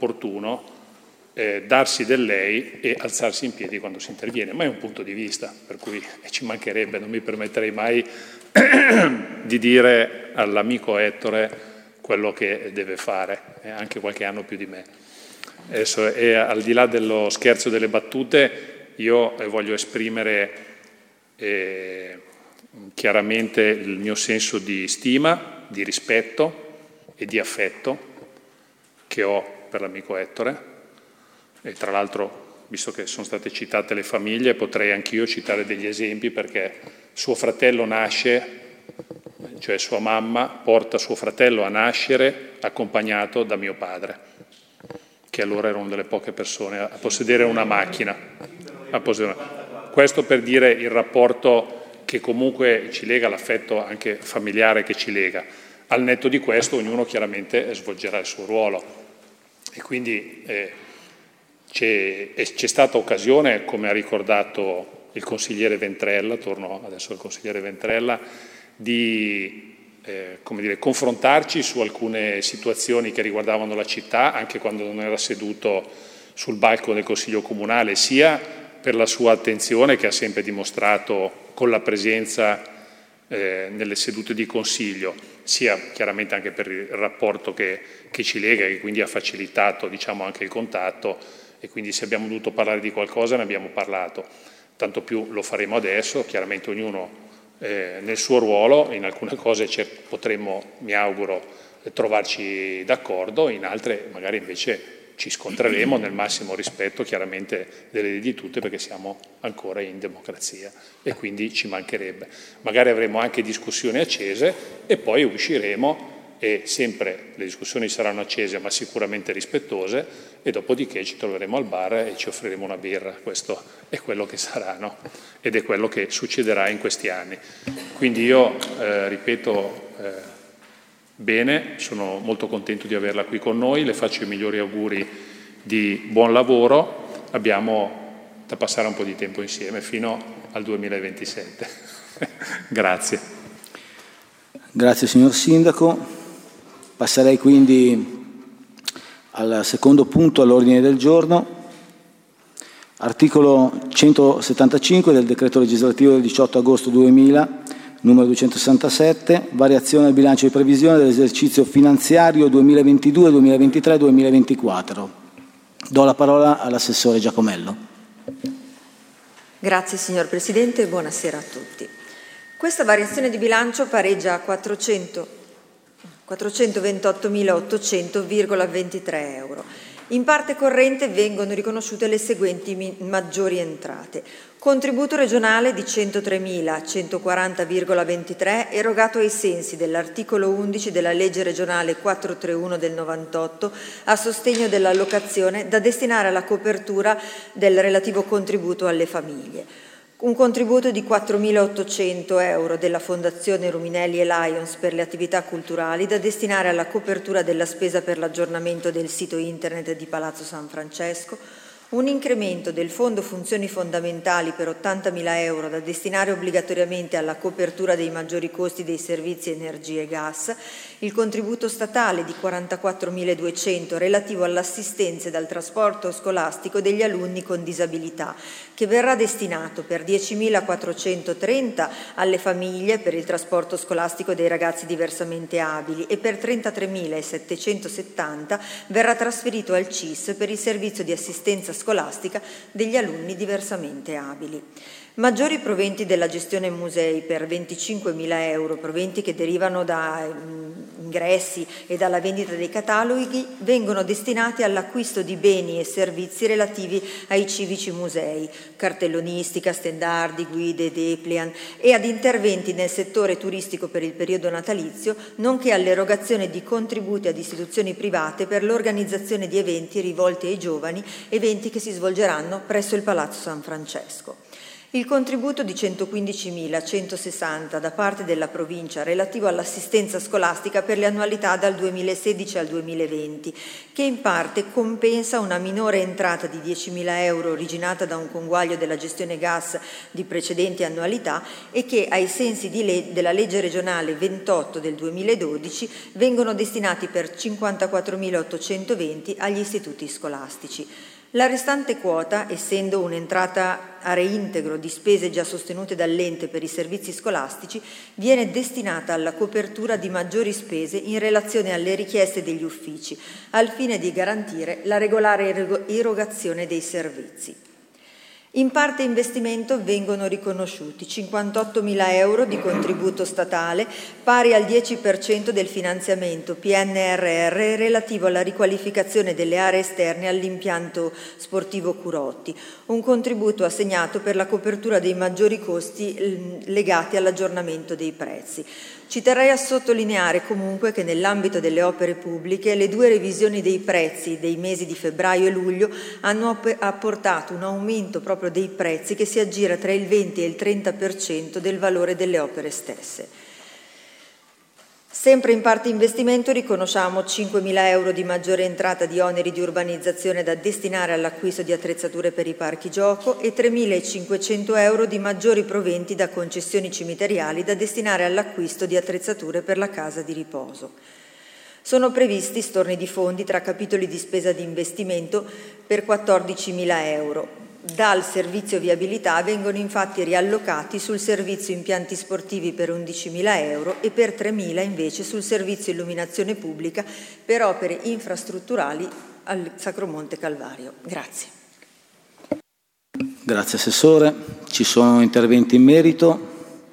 darsi del lei e alzarsi in piedi quando si interviene, ma è un punto di vista, per cui ci mancherebbe, non mi permetterei mai di dire all'amico Ettore quello che deve fare, anche qualche anno più di me. Adesso, al di là dello scherzo delle battute, io voglio esprimere chiaramente il mio senso di stima, di rispetto e di affetto che ho per l'amico Ettore. E tra l'altro, visto che sono state citate le famiglie, potrei anch'io citare degli esempi, perché suo fratello nasce, cioè sua mamma porta suo fratello a nascere accompagnato da mio padre, che allora era una delle poche persone a possedere una macchina. Questo per dire il rapporto che comunque ci lega, l'affetto anche familiare che ci lega. Al netto di questo ognuno chiaramente svolgerà il suo ruolo e quindi c'è stata occasione, come ha ricordato il consigliere Ventrella, torno adesso al consigliere Ventrella, di confrontarci su alcune situazioni che riguardavano la città, anche quando non era seduto sul balcone del Consiglio Comunale, sia per la sua attenzione che ha sempre dimostrato con la presenza nelle sedute di Consiglio, sia chiaramente anche per il rapporto che ci lega, che quindi ha facilitato, diciamo, anche il contatto, e quindi se abbiamo dovuto parlare di qualcosa ne abbiamo parlato, tanto più lo faremo adesso, chiaramente ognuno nel suo ruolo, in alcune cose potremmo, mi auguro, trovarci d'accordo, in altre magari invece ci scontreremo nel massimo rispetto chiaramente delle idee di tutte, perché siamo ancora in democrazia e quindi ci mancherebbe. Magari avremo anche discussioni accese e poi usciremo e sempre le discussioni saranno accese ma sicuramente rispettose, e dopodiché ci troveremo al bar e ci offriremo una birra. Questo è quello che sarà, no? Ed è quello che succederà in questi anni. Quindi io ripeto bene, sono molto contento di averla qui con noi, le faccio i migliori auguri di buon lavoro, abbiamo da passare un po' di tempo insieme fino al 2027. Grazie. Grazie signor Sindaco. Passerei quindi al secondo punto all'ordine del giorno. Articolo 175 del decreto legislativo del 18 agosto 2000, numero 267, variazione del bilancio di previsione dell'esercizio finanziario 2022, 2023, 2024. Do la parola all'assessore Giacomello. Grazie signor Presidente e buonasera a tutti. Questa variazione di bilancio pareggia a 428.800,23 euro. In parte corrente vengono riconosciute le seguenti maggiori entrate. Contributo regionale di 103.140,23 erogato ai sensi dell'articolo 11 della legge regionale 431 del 98 a sostegno dell'allocazione da destinare alla copertura del relativo contributo alle famiglie. Un contributo di 4.800 euro della Fondazione Ruminelli e Lions per le attività culturali da destinare alla copertura della spesa per l'aggiornamento del sito internet di Palazzo San Francesco, un incremento del Fondo Funzioni Fondamentali per 80.000 euro da destinare obbligatoriamente alla copertura dei maggiori costi dei servizi energia e gas, il contributo statale di 44.200 relativo all'assistenza ed al trasporto scolastico degli alunni con disabilità, che verrà destinato per 10.430 alle famiglie per il trasporto scolastico dei ragazzi diversamente abili e per 33.770 verrà trasferito al CIS per il servizio di assistenza scolastica degli alunni diversamente abili. Maggiori proventi della gestione musei per 25.000 euro, proventi che derivano da ingressi e dalla vendita dei cataloghi, vengono destinati all'acquisto di beni e servizi relativi ai civici musei, cartellonistica, stendardi, guide, dépliant e ad interventi nel settore turistico per il periodo natalizio, nonché all'erogazione di contributi ad istituzioni private per l'organizzazione di eventi rivolti ai giovani, eventi che si svolgeranno presso il Palazzo San Francesco. Il contributo di 115.160 da parte della provincia relativo all'assistenza scolastica per le annualità dal 2016 al 2020, che in parte compensa una minore entrata di 10.000 euro originata da un conguaglio della gestione gas di precedenti annualità e che, ai sensi della legge regionale 28 del 2012, vengono destinati per 54.820 agli istituti scolastici. La restante quota, essendo un'entrata a reintegro di spese già sostenute dall'ente per i servizi scolastici, viene destinata alla copertura di maggiori spese in relazione alle richieste degli uffici, al fine di garantire la regolare erogazione dei servizi. In parte investimento vengono riconosciuti 58.000 euro di contributo statale pari al 10% del finanziamento PNRR relativo alla riqualificazione delle aree esterne all'impianto sportivo Curotti, un contributo assegnato per la copertura dei maggiori costi legati all'aggiornamento dei prezzi. Ci terrei a sottolineare comunque che nell'ambito delle opere pubbliche le due revisioni dei prezzi dei mesi di febbraio e luglio hanno apportato un aumento proprio dei prezzi che si aggira tra il 20 e il 30% del valore delle opere stesse. Sempre in parte investimento riconosciamo 5.000 euro di maggiore entrata di oneri di urbanizzazione da destinare all'acquisto di attrezzature per i parchi gioco e 3.500 euro di maggiori proventi da concessioni cimiteriali da destinare all'acquisto di attrezzature per la casa di riposo. Sono previsti storni di fondi tra capitoli di spesa di investimento per 14.000 euro. Dal servizio viabilità vengono infatti riallocati sul servizio impianti sportivi per 11.000 euro e per 3.000 invece sul servizio illuminazione pubblica per opere infrastrutturali al Sacromonte Calvario. Grazie. Grazie Assessore. Ci sono interventi in merito?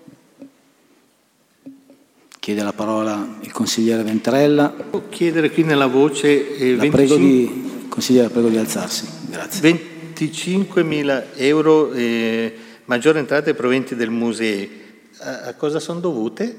Chiede la parola il consigliere Ventrella. Può chiedere qui nella voce... Consigliere, prego di alzarsi. Grazie. 25.000 euro maggiore entrate e proventi del museo. A cosa sono dovute?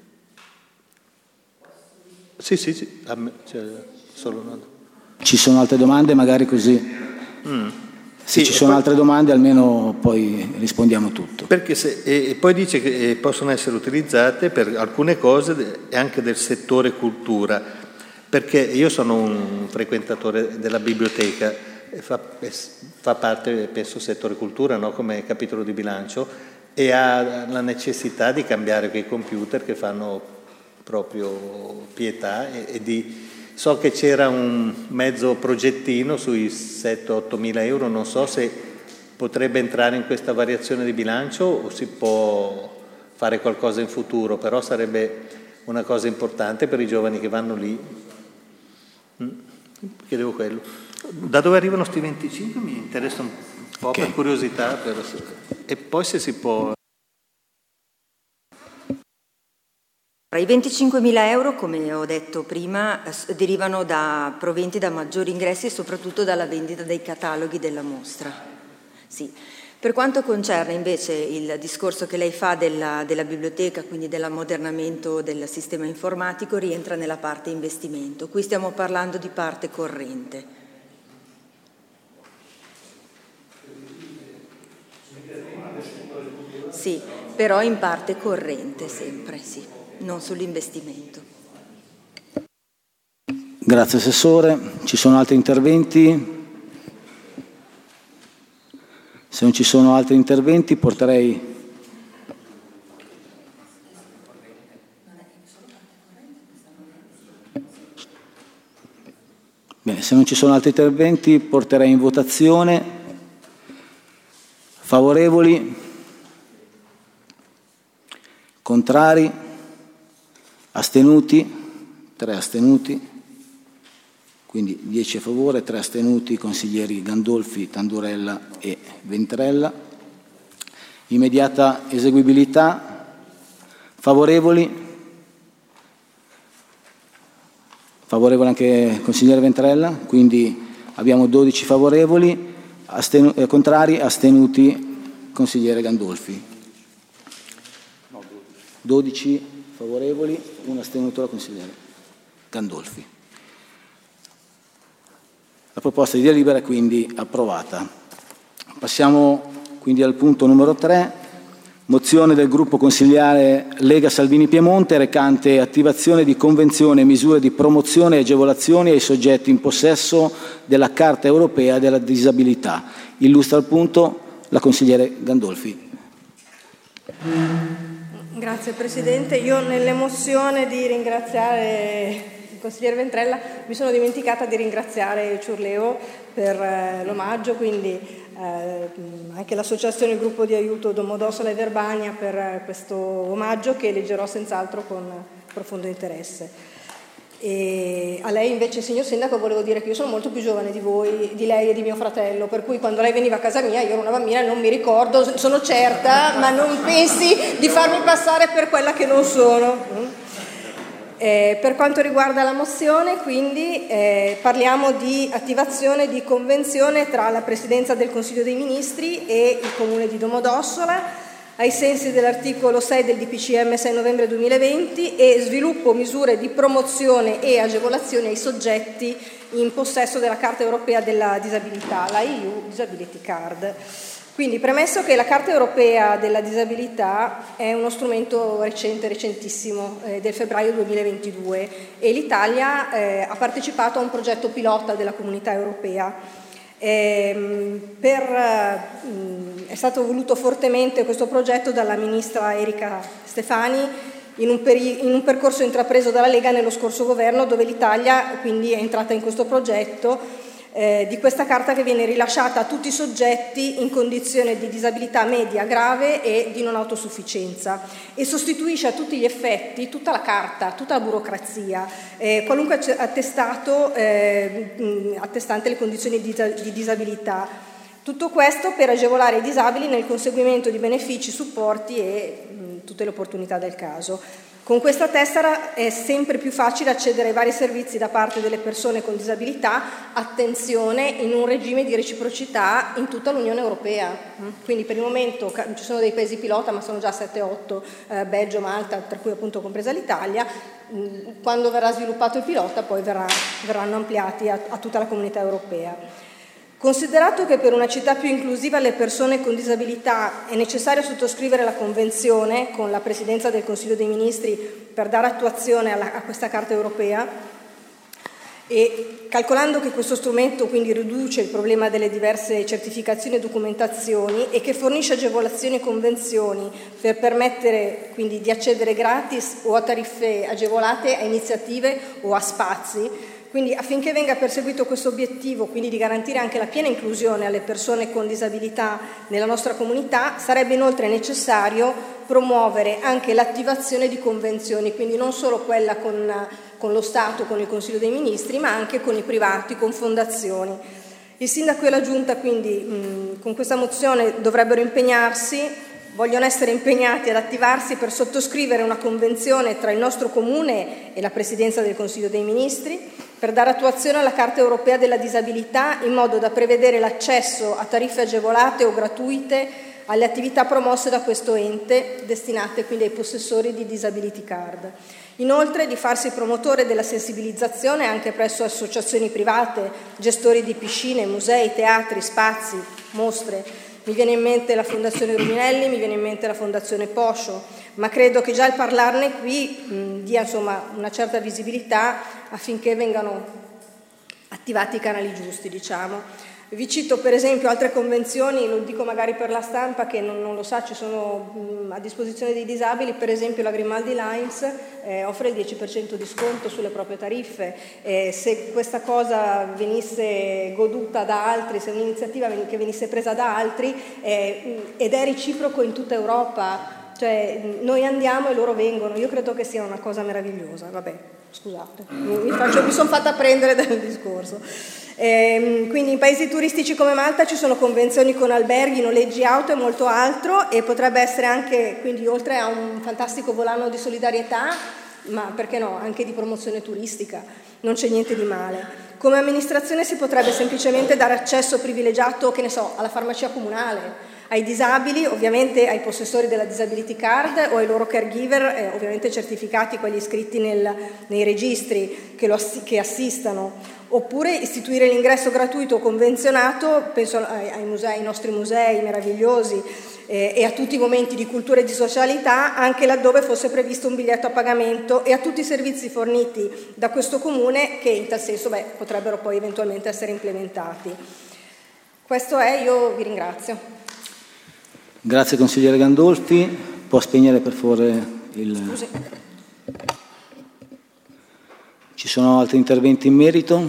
Sì. Solo no. Ci sono altre domande, magari così? Se ci sono altre domande almeno poi rispondiamo tutto. Perché e poi dice che possono essere utilizzate per alcune cose e anche del settore cultura, perché io sono un frequentatore della biblioteca, fa parte, penso, settore cultura, no? Come capitolo di bilancio, e ha la necessità di cambiare quei computer che fanno proprio pietà so che c'era un mezzo progettino sui 7-8 mila euro, non so se potrebbe entrare in questa variazione di bilancio o si può fare qualcosa in futuro, però sarebbe una cosa importante per i giovani che vanno lì. Chiedevo quello. Da dove arrivano sti 25 mi interessa un po', okay, per curiosità, e poi se si può... I 25.000 euro, come ho detto prima, derivano da proventi da maggiori ingressi e soprattutto dalla vendita dei cataloghi della mostra. Sì. Per quanto concerne invece il discorso che lei fa della biblioteca, quindi dell'ammodernamento del sistema informatico, rientra nella parte investimento. Qui stiamo parlando di parte corrente. Sì, però in parte corrente sempre, sì, non sull'investimento. Grazie Assessore. Ci sono altri interventi? Se non ci sono altri interventi porterei... Bene, se non ci sono altri interventi porterei in votazione. Favorevoli? Contrari? Astenuti? 3 astenuti. Quindi 10 a favore, 3 astenuti, consiglieri Gandolfi, Tandurella e Ventrella. Immediata eseguibilità. Favorevoli? Favorevole anche il consigliere Ventrella, quindi abbiamo 12 favorevoli, contrari, astenuti, consigliere Gandolfi. 12 favorevoli, 1 astenuto la consigliere Gandolfi. La proposta di delibera è quindi approvata. Passiamo quindi al punto numero 3, mozione del gruppo consigliare Lega Salvini Piemonte recante attivazione di convenzione e misure di promozione e agevolazioni ai soggetti in possesso della Carta Europea della Disabilità. Illustra il punto la consigliere Gandolfi. Grazie Presidente. Io nell'emozione di ringraziare il consigliere Ventrella mi sono dimenticata di ringraziare Ciurleo per l'omaggio, quindi anche l'associazione il gruppo di aiuto Domodossola e Verbania per questo omaggio che leggerò senz'altro con profondo interesse. E a lei invece, signor Sindaco, volevo dire che io sono molto più giovane di voi, di lei e di mio fratello, per cui quando lei veniva a casa mia io ero una bambina e non mi ricordo, sono certa, ma non pensi di farmi passare per quella che non sono. Per quanto riguarda la mozione, quindi parliamo di attivazione di convenzione tra la Presidenza del Consiglio dei Ministri e il Comune di Domodossola ai sensi dell'articolo 6 del DPCM 6 novembre 2020 e sviluppo misure di promozione e agevolazione ai soggetti in possesso della Carta Europea della Disabilità, la EU Disability Card. Quindi, premesso che la Carta Europea della Disabilità è uno strumento recentissimo, del febbraio 2022, e l'Italia ha partecipato a un progetto pilota della Comunità Europea. È stato voluto fortemente questo progetto dalla Ministra Erika Stefani in un percorso intrapreso dalla Lega nello scorso governo, dove l'Italia quindi è entrata in questo progetto di questa carta che viene rilasciata a tutti i soggetti in condizione di disabilità media grave e di non autosufficienza e sostituisce a tutti gli effetti tutta la carta, tutta la burocrazia, qualunque attestato attestante le condizioni di disabilità. Tutto questo per agevolare i disabili nel conseguimento di benefici, supporti e tutte le opportunità del caso. Con questa tessera è sempre più facile accedere ai vari servizi da parte delle persone con disabilità, attenzione, in un regime di reciprocità in tutta l'Unione Europea. Quindi per il momento ci sono dei paesi pilota, ma sono già 7-8, Belgio, Malta, tra cui appunto compresa l'Italia. Quando verrà sviluppato il pilota poi verranno ampliati a tutta la Comunità Europea. Considerato che per una città più inclusiva alle persone con disabilità è necessario sottoscrivere la Convenzione con la Presidenza del Consiglio dei Ministri per dare attuazione a questa Carta Europea, e calcolando che questo strumento quindi riduce il problema delle diverse certificazioni e documentazioni e che fornisce agevolazioni e convenzioni per permettere quindi di accedere gratis o a tariffe agevolate a iniziative o a spazi, quindi affinché venga perseguito questo obiettivo, quindi di garantire anche la piena inclusione alle persone con disabilità nella nostra comunità, sarebbe inoltre necessario promuovere anche l'attivazione di convenzioni, quindi non solo quella con lo Stato, con il Consiglio dei Ministri, ma anche con i privati, con fondazioni. Il Sindaco e la Giunta quindi con questa mozione dovrebbero impegnarsi vogliono essere impegnati ad attivarsi per sottoscrivere una convenzione tra il nostro Comune e la Presidenza del Consiglio dei Ministri per dare attuazione alla Carta Europea della Disabilità in modo da prevedere l'accesso a tariffe agevolate o gratuite alle attività promosse da questo ente, destinate quindi ai possessori di Disability Card. Inoltre di farsi promotore della sensibilizzazione anche presso associazioni private, gestori di piscine, musei, teatri, spazi, mostre. Mi viene in mente la Fondazione Ruminelli, mi viene in mente la Fondazione Poscio, ma credo che già il parlarne qui dia insomma una certa visibilità affinché vengano attivati i canali giusti, diciamo. Vi cito per esempio altre convenzioni, lo dico magari per la stampa che non lo sa, ci sono a disposizione dei disabili, per esempio la Grimaldi Lines offre il 10% di sconto sulle proprie tariffe, se questa cosa venisse goduta da altri, se un'iniziativa che venisse presa da altri ed è reciproco in tutta Europa, cioè noi andiamo e loro vengono, io credo che sia una cosa meravigliosa, vabbè, scusate, mi sono fatta prendere dal discorso. Quindi in paesi turistici come Malta ci sono convenzioni con alberghi, noleggi auto e molto altro, e potrebbe essere anche, quindi oltre a un fantastico volano di solidarietà, ma perché no, anche di promozione turistica, non c'è niente di male. Come amministrazione si potrebbe semplicemente dare accesso privilegiato, che ne so, alla farmacia comunale, ai disabili, ovviamente ai possessori della Disability Card o ai loro caregiver, ovviamente certificati, quelli iscritti nei registri che assistano, oppure istituire l'ingresso gratuito convenzionato, penso ai musei, ai nostri musei meravigliosi e a tutti i momenti di cultura e di socialità, anche laddove fosse previsto un biglietto a pagamento, e a tutti i servizi forniti da questo Comune che in tal senso potrebbero poi eventualmente essere implementati. Questo è, io vi ringrazio. Grazie consigliere Gandolfi. Può spegnere per favore il... Scusi. Ci sono altri interventi in merito?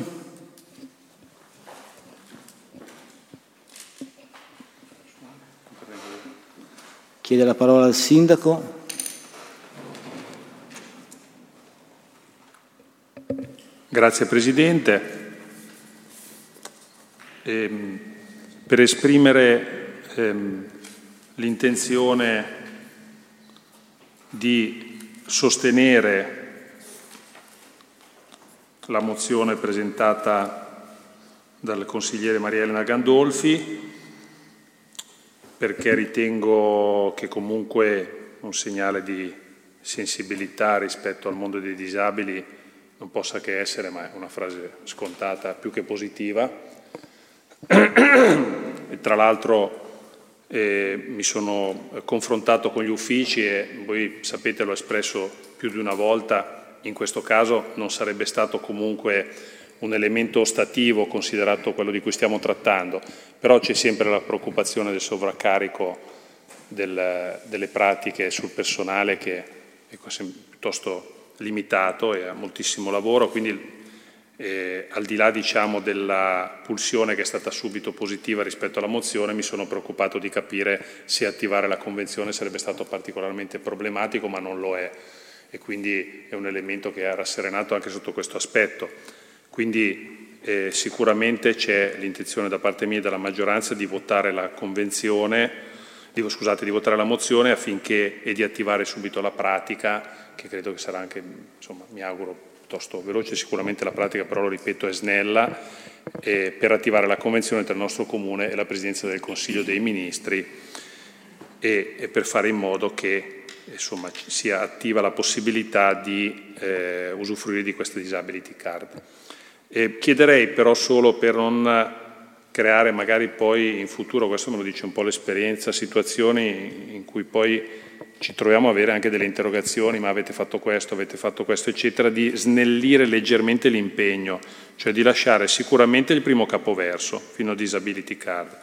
Chiede la parola al sindaco. Grazie Presidente. Per esprimere l'intenzione di sostenere la mozione presentata dal consigliere Maria Elena Gandolfi, perché ritengo che comunque un segnale di sensibilità rispetto al mondo dei disabili non possa che essere, ma è una frase scontata, più che positiva. E tra l'altro mi sono confrontato con gli uffici e voi sapete, l'ho espresso più di una volta, in questo caso non sarebbe stato comunque un elemento ostativo considerato quello di cui stiamo trattando, però c'è sempre la preoccupazione del sovraccarico delle pratiche sul personale che è piuttosto limitato e ha moltissimo lavoro, quindi al di là diciamo della pulsione che è stata subito positiva rispetto alla mozione, mi sono preoccupato di capire se attivare la convenzione sarebbe stato particolarmente problematico, ma non lo è, e quindi è un elemento che ha rasserenato anche sotto questo aspetto. Quindi sicuramente c'è l'intenzione da parte mia e della maggioranza di votare la convenzione, di votare la mozione affinché e di attivare subito la pratica, che credo che sarà anche, insomma, mi auguro piuttosto veloce, sicuramente la pratica però, lo ripeto, è snella, per attivare la convenzione tra il nostro Comune e la Presidenza del Consiglio dei Ministri e per fare in modo che insomma sia attiva la possibilità di usufruire di queste Disability Card. Chiederei però, solo per non creare magari poi in futuro, questo me lo dice un po' l'esperienza, situazioni in cui poi ci troviamo a avere anche delle interrogazioni, ma avete fatto questo, eccetera, di snellire leggermente l'impegno, cioè di lasciare sicuramente il primo capoverso fino a Disability Card,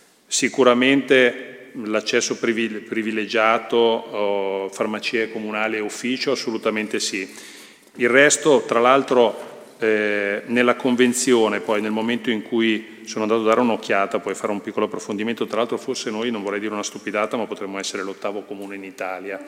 sicuramente l'accesso privilegiato, farmacie comunali e ufficio, assolutamente sì. Il resto, tra l'altro, nella convenzione, poi nel momento in cui sono andato a dare un'occhiata, poi fare un piccolo approfondimento, tra l'altro forse noi, non vorrei dire una stupidata, ma potremmo essere l'8° comune in Italia,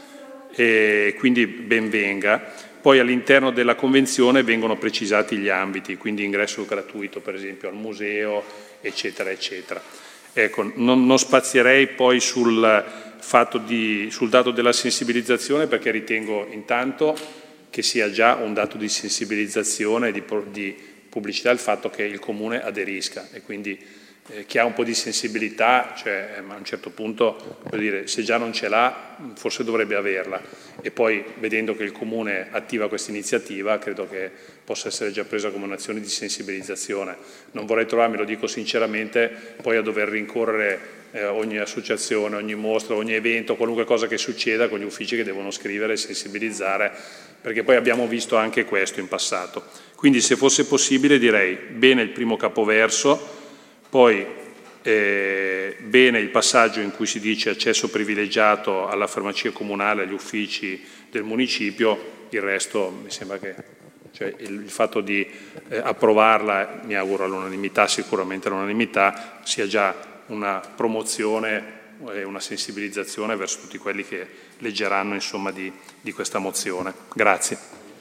e quindi ben venga. Poi all'interno della convenzione vengono precisati gli ambiti, quindi ingresso gratuito per esempio al museo, eccetera, eccetera. Ecco, non spazierei poi sul sul dato della sensibilizzazione, perché ritengo intanto che sia già un dato di sensibilizzazione e di pubblicità il fatto che il Comune aderisca, e quindi chi ha un po' di sensibilità, cioè, a un certo punto, per dire, se già non ce l'ha, forse dovrebbe averla, e poi vedendo che il Comune attiva questa iniziativa, credo che possa essere già presa come un'azione di sensibilizzazione. Non vorrei trovarmi, lo dico sinceramente, poi a dover rincorrere ogni associazione, ogni mostra, ogni evento, qualunque cosa che succeda, con gli uffici che devono scrivere e sensibilizzare, perché poi abbiamo visto anche questo in passato. Quindi, se fosse possibile, direi bene il primo capoverso, poi bene il passaggio in cui si dice accesso privilegiato alla farmacia comunale, agli uffici del municipio. Il resto mi sembra che, cioè, il fatto di approvarla, mi auguro all'unanimità, sicuramente all'unanimità, sia già una promozione e una sensibilizzazione verso tutti quelli che leggeranno, insomma, di questa mozione. Grazie.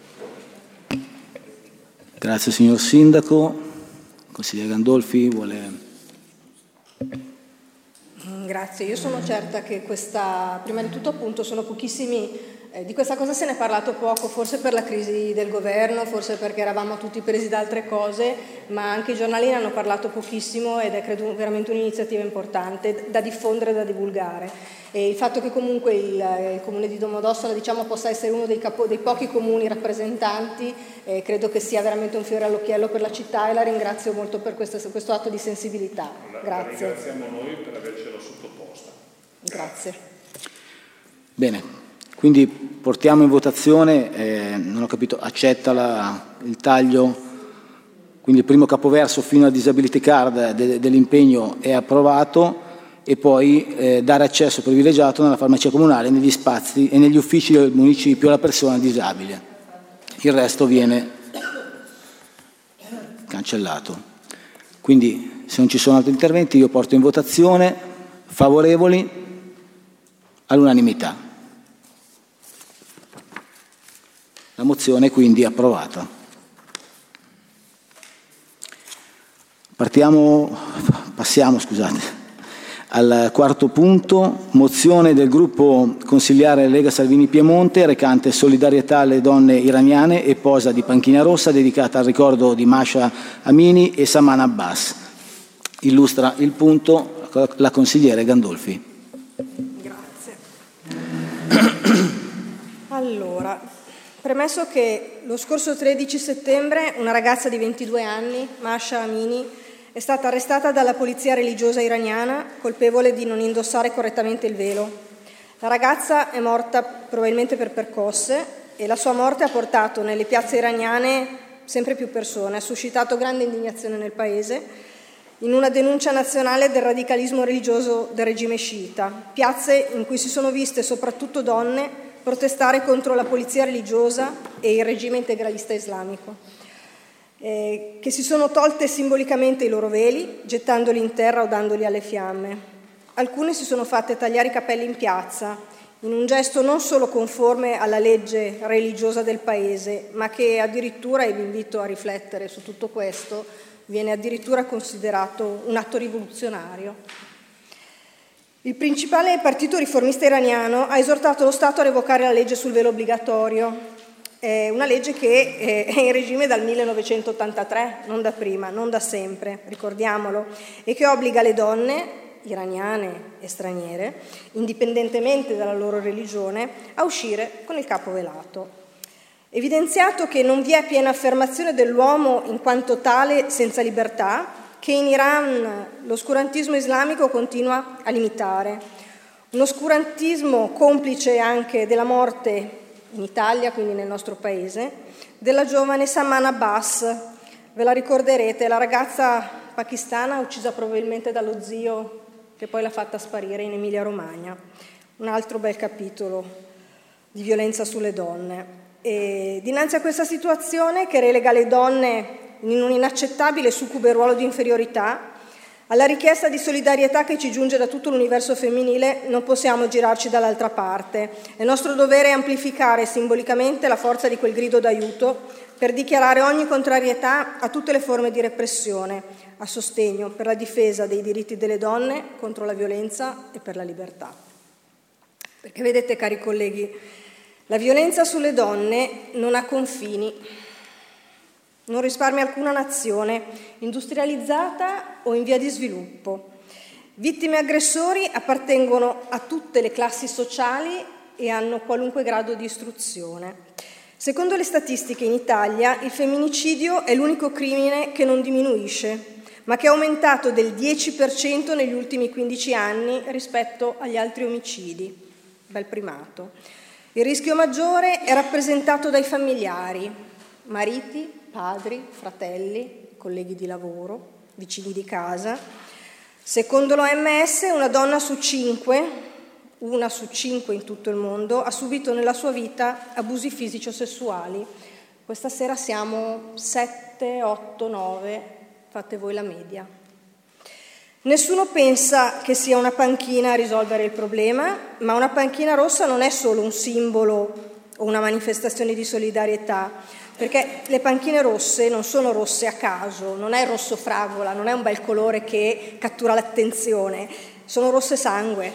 Grazie signor Sindaco. Consigliere Gandolfi vuole... Grazie, io sono certa che prima di tutto appunto sono pochissimi, di questa cosa se ne è parlato poco, forse per la crisi del governo, forse perché eravamo tutti presi da altre cose, ma anche i giornali ne hanno parlato pochissimo ed è credo veramente un'iniziativa importante da diffondere e da divulgare. E il fatto che comunque il Comune di Domodossola, diciamo, possa essere uno dei pochi comuni rappresentanti, credo che sia veramente un fiore all'occhiello per la città, e la ringrazio molto per questo atto di sensibilità. Grazie. La ringraziamo noi per avercelo sottoposta. Grazie. Bene, quindi portiamo in votazione, non ho capito, accetta il taglio, quindi il primo capoverso fino al disability card dell'impegno è approvato, e poi dare accesso privilegiato nella farmacia comunale, negli spazi e negli uffici del municipio alla persona disabile. Il resto viene cancellato. Quindi, se non ci sono altri interventi, io porto in votazione favorevoli all'unanimità. La mozione è quindi approvata. Passiamo al quarto punto, mozione del gruppo consigliare Lega Salvini Piemonte recante solidarietà alle donne iraniane e posa di panchina rossa dedicata al ricordo di Masha Amini e Saman Abbas. Illustra il punto la consigliere Gandolfi. Grazie. Allora, premesso che lo scorso 13 settembre una ragazza di 22 anni, Masha Amini, è stata arrestata dalla polizia religiosa iraniana colpevole di non indossare correttamente il velo. La ragazza è morta probabilmente per percosse, e la sua morte ha portato nelle piazze iraniane sempre più persone, ha suscitato grande indignazione nel paese in una denuncia nazionale del radicalismo religioso del regime sciita, piazze in cui si sono viste soprattutto donne protestare contro la polizia religiosa e il regime integralista islamico, che si sono tolte simbolicamente i loro veli, gettandoli in terra o dandoli alle fiamme. Alcune si sono fatte tagliare i capelli in piazza, in un gesto non solo conforme alla legge religiosa del paese, ma che addirittura, e vi invito a riflettere su tutto questo, viene addirittura considerato un atto rivoluzionario. Il principale partito riformista iraniano ha esortato lo Stato a revocare la legge sul velo obbligatorio, una legge che è in regime dal 1983, non da prima, non da sempre, ricordiamolo, e che obbliga le donne iraniane e straniere, indipendentemente dalla loro religione, a uscire con il capo velato. Evidenziato che non vi è piena affermazione dell'uomo in quanto tale senza libertà, che in Iran l'oscurantismo islamico continua a limitare. Un oscurantismo complice anche della morte in Italia, quindi nel nostro paese, della giovane Saman Abbas. Ve la ricorderete, la ragazza pakistana uccisa probabilmente dallo zio che poi l'ha fatta sparire in Emilia-Romagna. Un altro bel capitolo di violenza sulle donne. E dinanzi a questa situazione che relega le donne in un inaccettabile succube ruolo di inferiorità, alla richiesta di solidarietà che ci giunge da tutto l'universo femminile, non possiamo girarci dall'altra parte. È nostro dovere amplificare simbolicamente la forza di quel grido d'aiuto per dichiarare ogni contrarietà a tutte le forme di repressione, a sostegno per la difesa dei diritti delle donne contro la violenza e per la libertà. Perché vedete, cari colleghi, la violenza sulle donne non ha confini, non risparmia alcuna nazione, industrializzata o in via di sviluppo. Vittime e aggressori appartengono a tutte le classi sociali e hanno qualunque grado di istruzione. Secondo le statistiche in Italia il femminicidio è l'unico crimine che non diminuisce, ma che è aumentato del 10% negli ultimi 15 anni rispetto agli altri omicidi. Bel primato. Il rischio maggiore è rappresentato dai familiari, mariti, padri, fratelli, colleghi di lavoro, vicini di casa. Secondo l'OMS una su 5 in tutto il mondo ha subito nella sua vita abusi fisici o sessuali. Questa sera siamo 7, 8, 9, fate voi la media. Nessuno pensa che sia una panchina a risolvere il problema, ma una panchina rossa non è solo un simbolo o una manifestazione di solidarietà, perché le panchine rosse non sono rosse a caso, non è il rosso fragola, non è un bel colore che cattura l'attenzione, sono rosse sangue.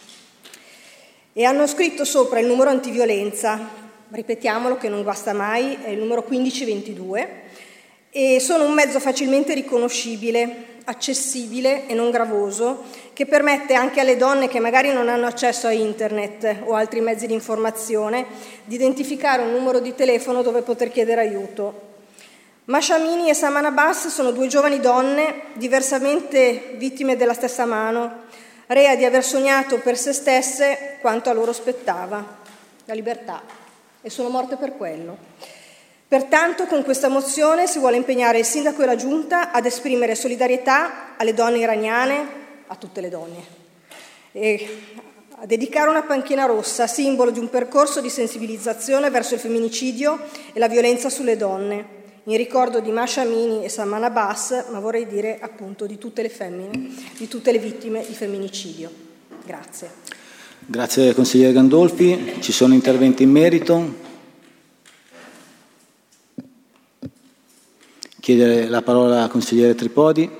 E hanno scritto sopra il numero antiviolenza, ripetiamolo che non guasta mai, è il numero 1522, e sono un mezzo facilmente riconoscibile, accessibile e non gravoso, che permette anche alle donne che magari non hanno accesso a internet o altri mezzi di informazione di identificare un numero di telefono dove poter chiedere aiuto. Masha Amini e Saman Abbas sono 2 giovani donne diversamente vittime della stessa mano, rea di aver sognato per se stesse quanto a loro spettava, la libertà, e sono morte per quello. Pertanto con questa mozione si vuole impegnare il Sindaco e la Giunta ad esprimere solidarietà alle donne iraniane, a tutte le donne, e a dedicare una panchina rossa, simbolo di un percorso di sensibilizzazione verso il femminicidio e la violenza sulle donne, in ricordo di Masha Amini e Saman Abbas, ma vorrei dire appunto di tutte le femmine, di tutte le vittime di femminicidio. Grazie. Grazie consigliere Gandolfi. Ci sono interventi in merito? Chiedere la parola al consigliere Tripodi.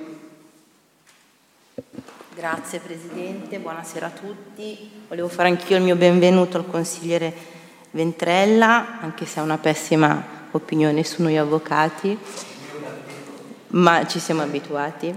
Grazie Presidente, buonasera a tutti. Volevo fare anch'io il mio benvenuto al consigliere Ventrella, anche se ha una pessima opinione su noi avvocati, ma ci siamo abituati.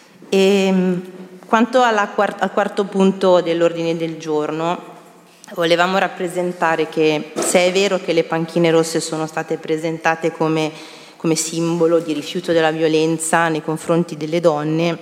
Quanto al quarto punto dell'ordine del giorno, volevamo rappresentare che se è vero che le panchine rosse sono state presentate come simbolo di rifiuto della violenza nei confronti delle donne,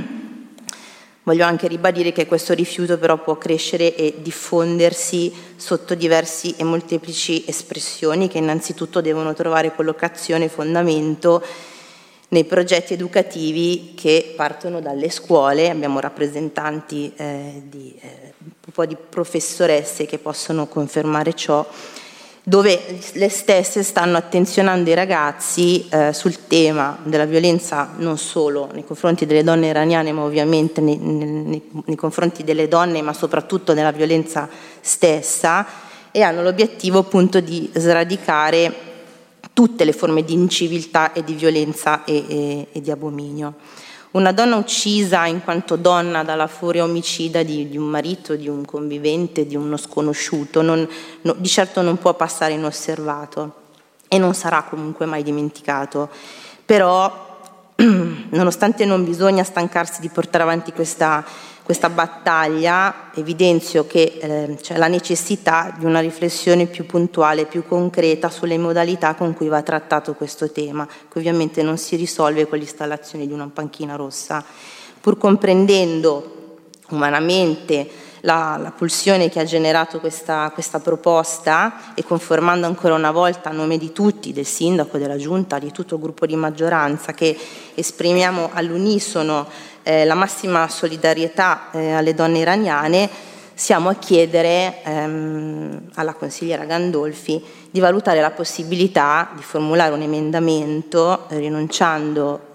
voglio anche ribadire che questo rifiuto però può crescere e diffondersi sotto diversi e molteplici espressioni che innanzitutto devono trovare collocazione e fondamento nei progetti educativi che partono dalle scuole. Abbiamo rappresentanti un po' di professoresse che possono confermare ciò, dove le stesse stanno attenzionando i ragazzi sul tema della violenza non solo nei confronti delle donne iraniane, ma ovviamente nei confronti delle donne, ma soprattutto nella violenza stessa, e hanno l'obiettivo appunto di sradicare tutte le forme di inciviltà e di violenza e di abominio. Una donna uccisa in quanto donna dalla furia omicida di un marito, di un convivente, di uno sconosciuto, di certo non può passare inosservato e non sarà comunque mai dimenticato. Però, nonostante non bisogna stancarsi di portare avanti questa battaglia, evidenzio che c'è la necessità di una riflessione più puntuale, più concreta sulle modalità con cui va trattato questo tema, che ovviamente non si risolve con l'installazione di una panchina rossa. Pur comprendendo umanamente la pulsione che ha generato questa proposta e confermando ancora una volta a nome di tutti, del Sindaco, della Giunta, di tutto il gruppo di maggioranza, che esprimiamo all'unisono la massima solidarietà alle donne iraniane, siamo a chiedere alla consigliera Gandolfi di valutare la possibilità di formulare un emendamento rinunciando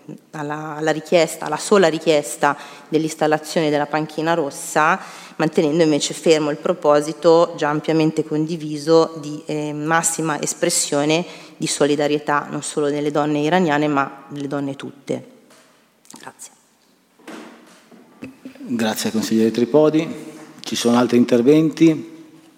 alla sola richiesta dell'installazione della panchina rossa, mantenendo invece fermo il proposito già ampiamente condiviso di massima espressione di solidarietà non solo delle donne iraniane ma delle donne tutte. Grazie. Grazie consigliere Tripodi. Ci sono altri interventi?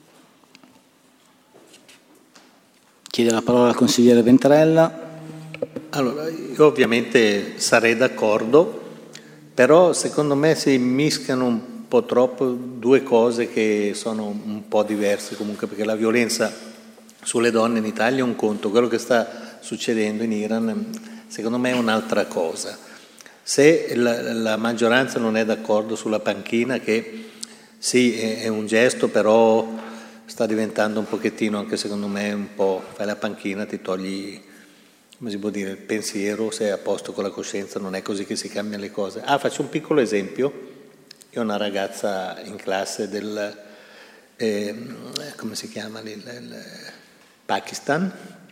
Chiede la parola al consigliere Ventrella. Allora, io ovviamente sarei d'accordo, però secondo me si mischiano un po' troppo due cose che sono un po' diverse comunque, perché la violenza sulle donne in Italia è un conto, quello che sta succedendo in Iran secondo me è un'altra cosa. Se la maggioranza non è d'accordo sulla panchina, che sì è un gesto, però sta diventando un pochettino, anche secondo me, un po', fai la panchina, ti togli, come si può dire, il pensiero, sei a posto con la coscienza, non è così che si cambiano le cose. Faccio un piccolo esempio. Io ho una ragazza in classe del, come si chiama, il Pakistan,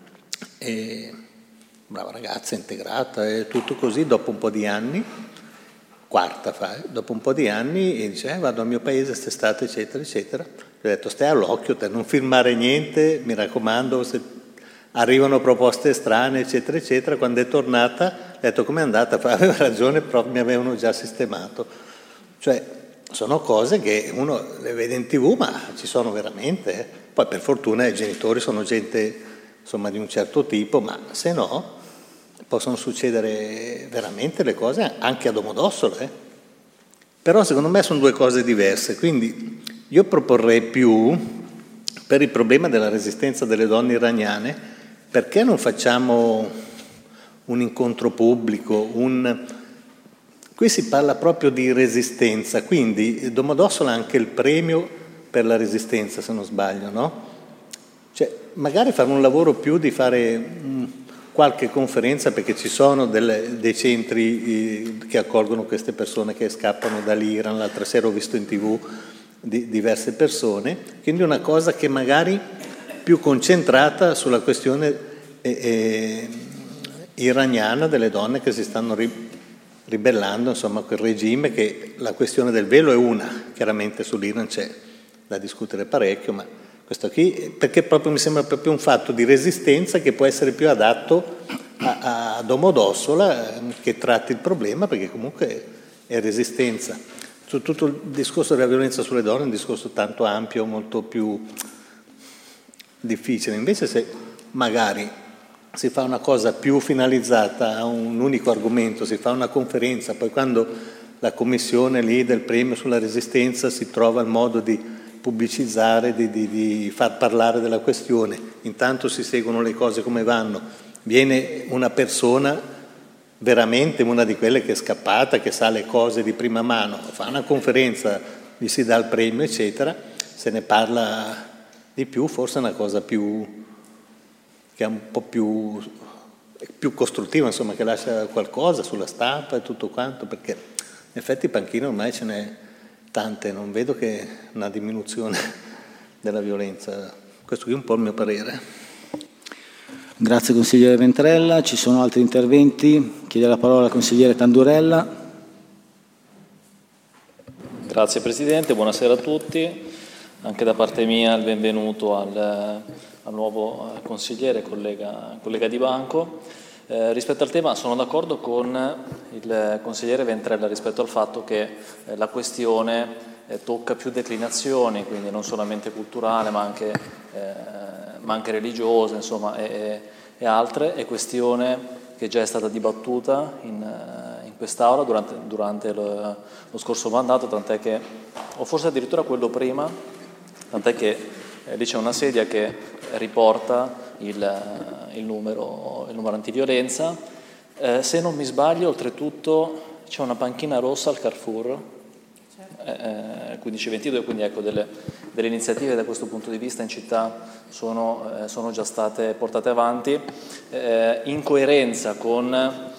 brava ragazza, integrata e tutto così, dopo un po' di anni, quarta fa, dopo un po' di anni, e dice vado al mio paese quest'estate, eccetera, eccetera. Gli ho detto stai all'occhio, non firmare niente, mi raccomando, se arrivano proposte strane, eccetera, eccetera. Quando è tornata, ho detto com'è andata? Aveva ragione, proprio mi avevano già sistemato. Cioè, sono cose che uno le vede in TV, ma ci sono veramente. Poi per fortuna i genitori sono gente, insomma, di un certo tipo, ma se no possono succedere veramente le cose anche a Domodossola. Però secondo me sono due cose diverse, quindi io proporrei più, per il problema della resistenza delle donne iraniane, perché non facciamo un incontro pubblico, Qui si parla proprio di resistenza, quindi Domodossola ha anche il premio per la resistenza, se non sbaglio, no? Cioè, magari fare un lavoro più di fare qualche conferenza, perché ci sono dei centri che accolgono queste persone che scappano dall'Iran. L'altra sera ho visto in TV di diverse persone, quindi una cosa che magari più concentrata sulla questione iraniana delle donne che si stanno ribellando, insomma, quel regime, che la questione del velo è una, chiaramente sull'Iran c'è da discutere parecchio, ma questo qui, perché proprio mi sembra proprio un fatto di resistenza che può essere più adatto a Domodossola, che tratti il problema, perché comunque è resistenza. Su tutto il discorso della violenza sulle donne è un discorso tanto ampio, molto più difficile. Invece se magari si fa una cosa più finalizzata a un unico argomento, si fa una conferenza, poi quando la commissione lì del premio sulla resistenza si trova il modo di pubblicizzare, di far parlare della questione, intanto si seguono le cose come vanno, viene una persona veramente, una di quelle che è scappata, che sa le cose di prima mano, fa una conferenza, gli si dà il premio, eccetera, se ne parla di più, forse è una cosa più, che è un po' più costruttiva, insomma, che lascia qualcosa sulla stampa e tutto quanto, perché in effetti panchine ormai ce n'è tante, non vedo che una diminuzione della violenza. Questo qui è un po' il mio parere. Grazie consigliere Ventrella. Ci sono altri interventi? Chiede la parola al consigliere Tandurella. Grazie Presidente, buonasera a tutti. Anche da parte mia il benvenuto al nuovo consigliere, collega Di Banco. Rispetto al tema sono d'accordo con il consigliere Ventrella rispetto al fatto che la questione tocca più declinazioni, quindi non solamente culturale ma anche religiosa, insomma, e altre. È questione che già è stata dibattuta in quest'Aula durante lo scorso mandato, tant'è che, o forse addirittura quello prima, tant'è che lì c'è una sedia che riporta il numero antiviolenza. Se non mi sbaglio, oltretutto c'è una panchina rossa al Carrefour, 1522, quindi ecco delle iniziative da questo punto di vista in città sono già state portate avanti, in coerenza con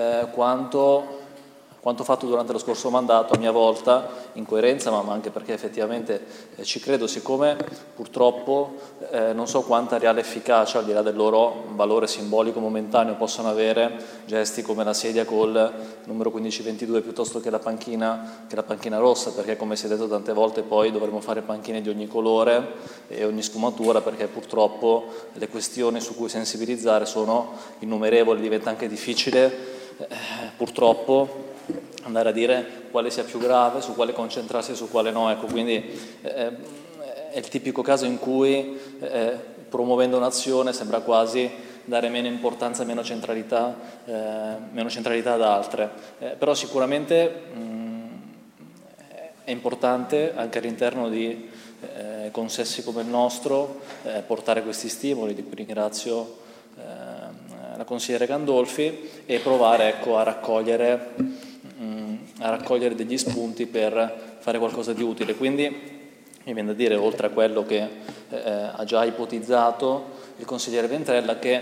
quanto fatto durante lo scorso mandato, a mia volta, in coerenza, ma anche perché effettivamente ci credo, siccome purtroppo non so quanta reale efficacia, al di là del loro valore simbolico momentaneo, possono avere gesti come la sedia col numero 1522 piuttosto che la panchina rossa, perché come si è detto tante volte poi dovremo fare panchine di ogni colore e ogni sfumatura, perché purtroppo le questioni su cui sensibilizzare sono innumerevoli, diventa anche difficile purtroppo andare a dire quale sia più grave, su quale concentrarsi e su quale no. Ecco, quindi è il tipico caso in cui promuovendo un'azione sembra quasi dare meno importanza, meno centralità ad altre. Però sicuramente è importante anche all'interno di consessi come il nostro portare questi stimoli, di cui ringrazio la consigliere Gandolfi, e provare, ecco, a raccogliere degli spunti per fare qualcosa di utile. Quindi mi viene da dire, oltre a quello che ha già ipotizzato il consigliere Ventrella, che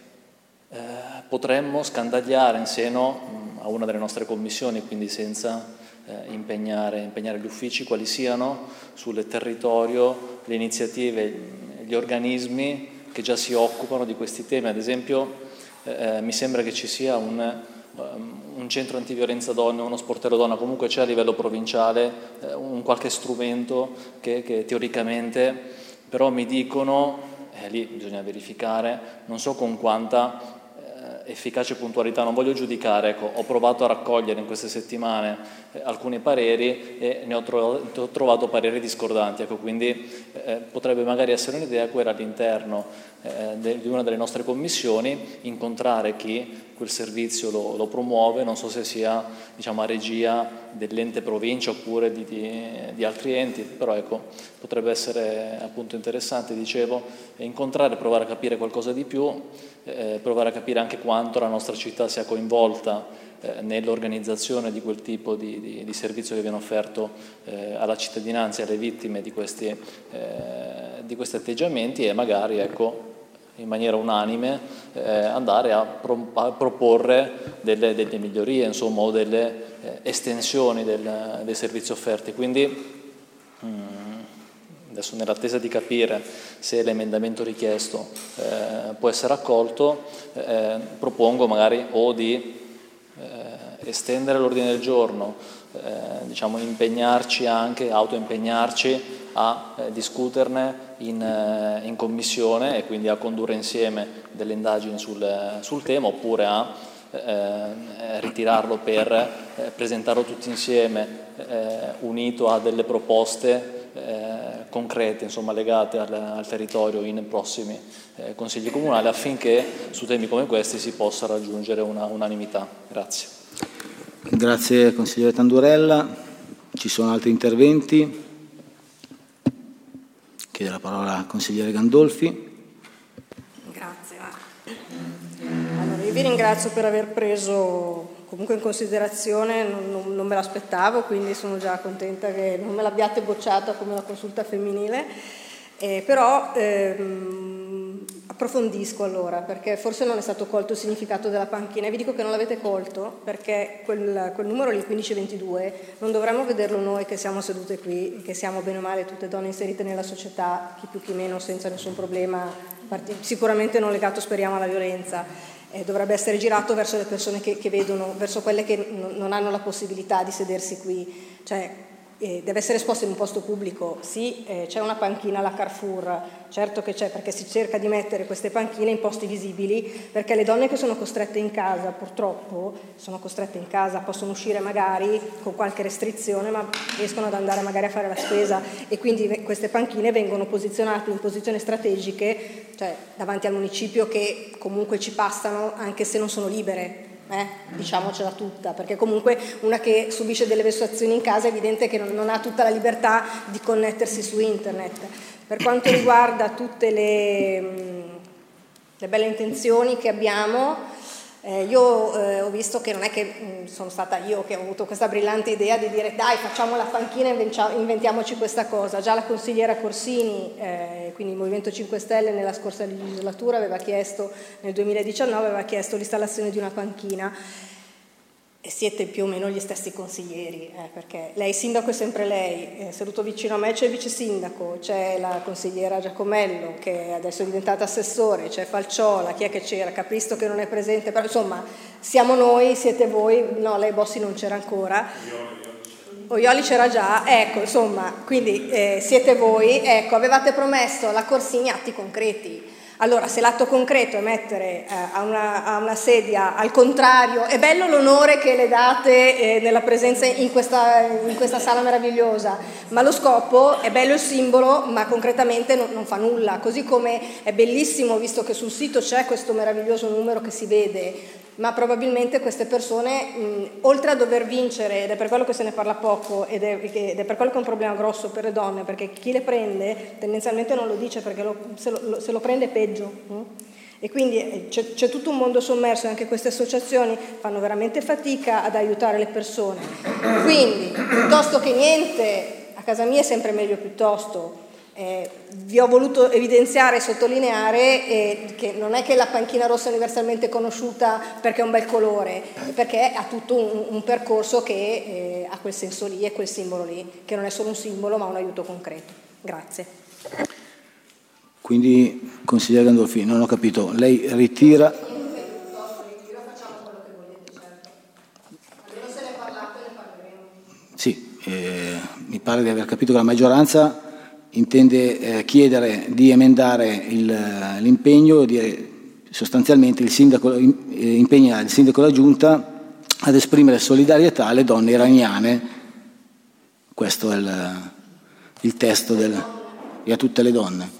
potremmo scandagliare in seno a una delle nostre commissioni, quindi senza impegnare gli uffici, quali siano sul territorio le iniziative, gli organismi che già si occupano di questi temi. Ad esempio mi sembra che ci sia un centro antiviolenza donne, uno sportello donna, comunque c'è a livello provinciale un qualche strumento che teoricamente, però mi dicono, lì bisogna verificare, non so con quanta efficace puntualità, non voglio giudicare, ecco, ho provato a raccogliere in queste settimane alcuni pareri e ne ho trovato pareri discordanti, ecco, quindi potrebbe magari essere un'idea quella all'interno di una delle nostre commissioni incontrare chi quel servizio lo promuove, non so se sia, diciamo, a regia dell'ente provincia oppure di altri enti, però ecco, potrebbe essere appunto interessante, dicevo, incontrare, provare a capire qualcosa di più, provare a capire anche quanto la nostra città sia coinvolta nell'organizzazione di quel tipo di servizio che viene offerto alla cittadinanza e alle vittime di questi atteggiamenti, e magari, ecco, in maniera unanime andare a proporre delle migliorie, insomma, o delle estensioni dei servizi offerti. Quindi adesso, nell'attesa di capire se l'emendamento richiesto può essere accolto, propongo magari o di estendere l'ordine del giorno, diciamo, autoimpegnarci a discuterne in commissione e quindi a condurre insieme delle indagini sul tema, oppure a ritirarlo per presentarlo tutti insieme, unito a delle proposte concrete, insomma, legate al territorio in prossimi consigli comunali, affinché su temi come questi si possa raggiungere una unanimità. Grazie. Grazie consigliere Tandurella. Ci sono altri interventi? Chiede la parola al consigliere Gandolfi. Grazie. Allora, io vi ringrazio per aver preso comunque in considerazione, non me l'aspettavo, quindi sono già contenta che non me l'abbiate bocciata come la consulta femminile, però approfondisco allora, perché forse non è stato colto il significato della panchina, e vi dico che non l'avete colto perché quel numero lì, 1522, non dovremmo vederlo noi che siamo sedute qui, che siamo bene o male tutte donne inserite nella società, chi più chi meno, senza nessun problema, sicuramente non legato, speriamo, alla violenza. Dovrebbe essere girato verso le persone che vedono, verso quelle che non hanno la possibilità di sedersi qui, cioè deve essere esposto in un posto pubblico. Sì, c'è una panchina alla Carrefour, certo che c'è, perché si cerca di mettere queste panchine in posti visibili, perché le donne che sono costrette in casa, purtroppo sono costrette in casa, possono uscire magari con qualche restrizione, ma riescono ad andare magari a fare la spesa, e quindi queste panchine vengono posizionate in posizioni strategiche, cioè davanti al municipio, che comunque ci passano anche se non sono libere. Diciamocela tutta, perché comunque una che subisce delle vessazioni in casa è evidente che non ha tutta la libertà di connettersi su internet. Per quanto riguarda tutte le belle intenzioni che abbiamo, io ho visto che non è che sono stata io che ho avuto questa brillante idea di dire dai, facciamo la panchina e inventiamoci questa cosa. Già la consigliera Corsini, quindi il Movimento 5 Stelle, nella scorsa legislatura aveva chiesto, nel 2019 aveva chiesto l'installazione di una panchina, e siete più o meno gli stessi consiglieri, perché lei sindaco è sempre lei, seduto vicino a me c'è il vice sindaco, c'è la consigliera Giacomello che adesso è diventata assessore, c'è Falciola, chi è che c'era? Capristo che non è presente, però insomma siamo noi, siete voi, no, lei Bossi non c'era ancora, Oioli c'era già, ecco, insomma, quindi siete voi, ecco, avevate promesso alla Corsini atti concreti. Allora, se l'atto concreto è mettere a una sedia al contrario, è bello l'onore che le date nella presenza in questa sala meravigliosa, ma lo scopo è bello il simbolo, ma concretamente non fa nulla. Così come è bellissimo, visto che sul sito c'è questo meraviglioso numero che si vede, ma probabilmente queste persone, oltre a dover vincere, ed è per quello che se ne parla poco, ed è per quello che è un problema grosso per le donne, perché chi le prende tendenzialmente non lo dice, perché se lo prende peggio. E quindi c'è tutto un mondo sommerso, e anche queste associazioni fanno veramente fatica ad aiutare le persone. Quindi, piuttosto che niente, a casa mia è sempre meglio piuttosto. Vi ho voluto evidenziare e sottolineare che non è che la panchina rossa è universalmente conosciuta perché è un bel colore, perché ha tutto un percorso che ha quel senso lì e quel simbolo lì, che non è solo un simbolo ma un aiuto concreto. Grazie. Quindi, consigliere Gandolfini, non ho capito, lei ritira? Sì, mi pare di aver capito che la maggioranza intende chiedere di emendare l'impegno, sostanzialmente il sindaco impegna il sindaco e la giunta ad esprimere solidarietà alle donne iraniane. Questo è il testo e a tutte le donne.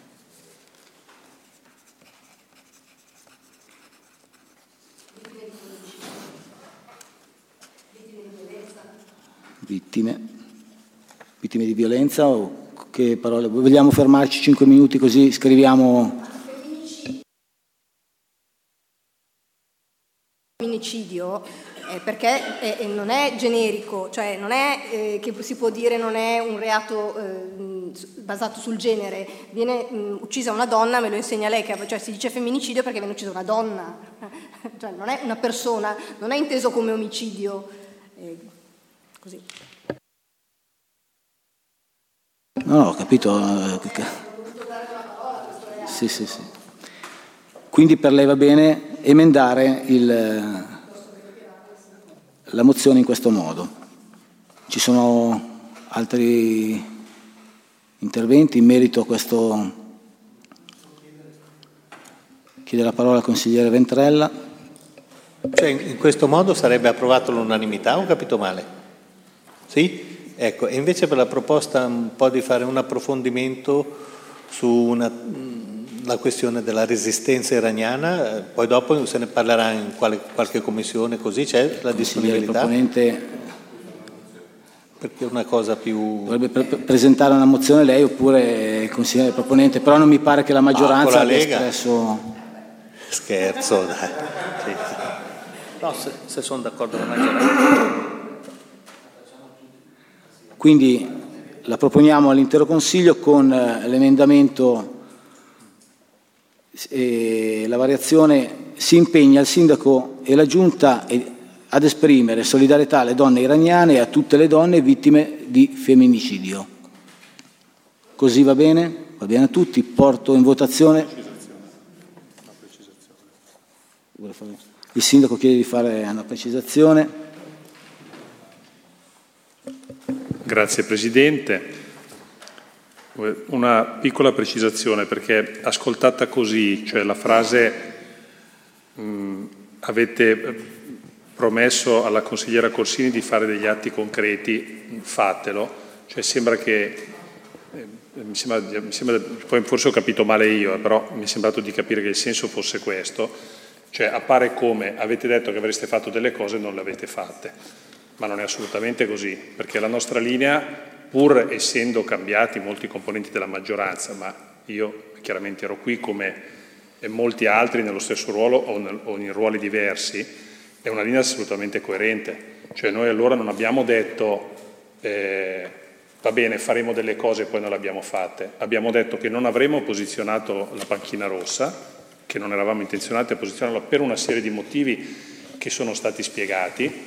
Vittime di violenza o che parole? Vogliamo fermarci 5 minuti così scriviamo? Femminicidio perché non è generico, cioè non è che si può dire non è un reato basato sul genere. Viene uccisa una donna, me lo insegna lei, cioè si dice femminicidio perché viene uccisa una donna, cioè non è una persona, non è inteso come omicidio, così. No, ho capito. Sì. Quindi per lei va bene emendare la mozione in questo modo. Ci sono altri interventi in merito a questo? Chiede la parola al consigliere Ventrella. Cioè, in questo modo sarebbe approvato all'unanimità, ho capito male? Sì? Ecco, e invece per la proposta un po' di fare un approfondimento su la questione della resistenza iraniana, poi dopo se ne parlerà in qualche commissione, così c'è la disponibilità. Proponente, perché è una cosa più... Dovrebbe presentare una mozione lei oppure il consigliere proponente, però non mi pare che la maggioranza abbia espresso... Scherzo, dai. Sì. No, se sono d'accordo con la maggioranza. Quindi la proponiamo all'intero Consiglio con l'emendamento e la variazione: si impegna il sindaco e la giunta ad esprimere solidarietà alle donne iraniane e a tutte le donne vittime di femminicidio. Così va bene? Va bene a tutti? Porto in votazione. Il sindaco chiede di fare una precisazione. Grazie Presidente. Una piccola precisazione, perché ascoltata così, cioè la frase avete promesso alla consigliera Corsini di fare degli atti concreti, fatelo, cioè sembra che, mi sembra, poi forse ho capito male io, però mi è sembrato di capire che il senso fosse questo, cioè appare come avete detto che avreste fatto delle cose e non le avete fatte. Ma non è assolutamente così, perché la nostra linea, pur essendo cambiati molti componenti della maggioranza, ma io chiaramente ero qui come molti altri nello stesso ruolo o in ruoli diversi, è una linea assolutamente coerente. Cioè noi allora non abbiamo detto va bene, faremo delle cose e poi non le abbiamo fatte. Abbiamo detto che non avremmo posizionato la panchina rossa, che non eravamo intenzionati a posizionarla per una serie di motivi che sono stati spiegati.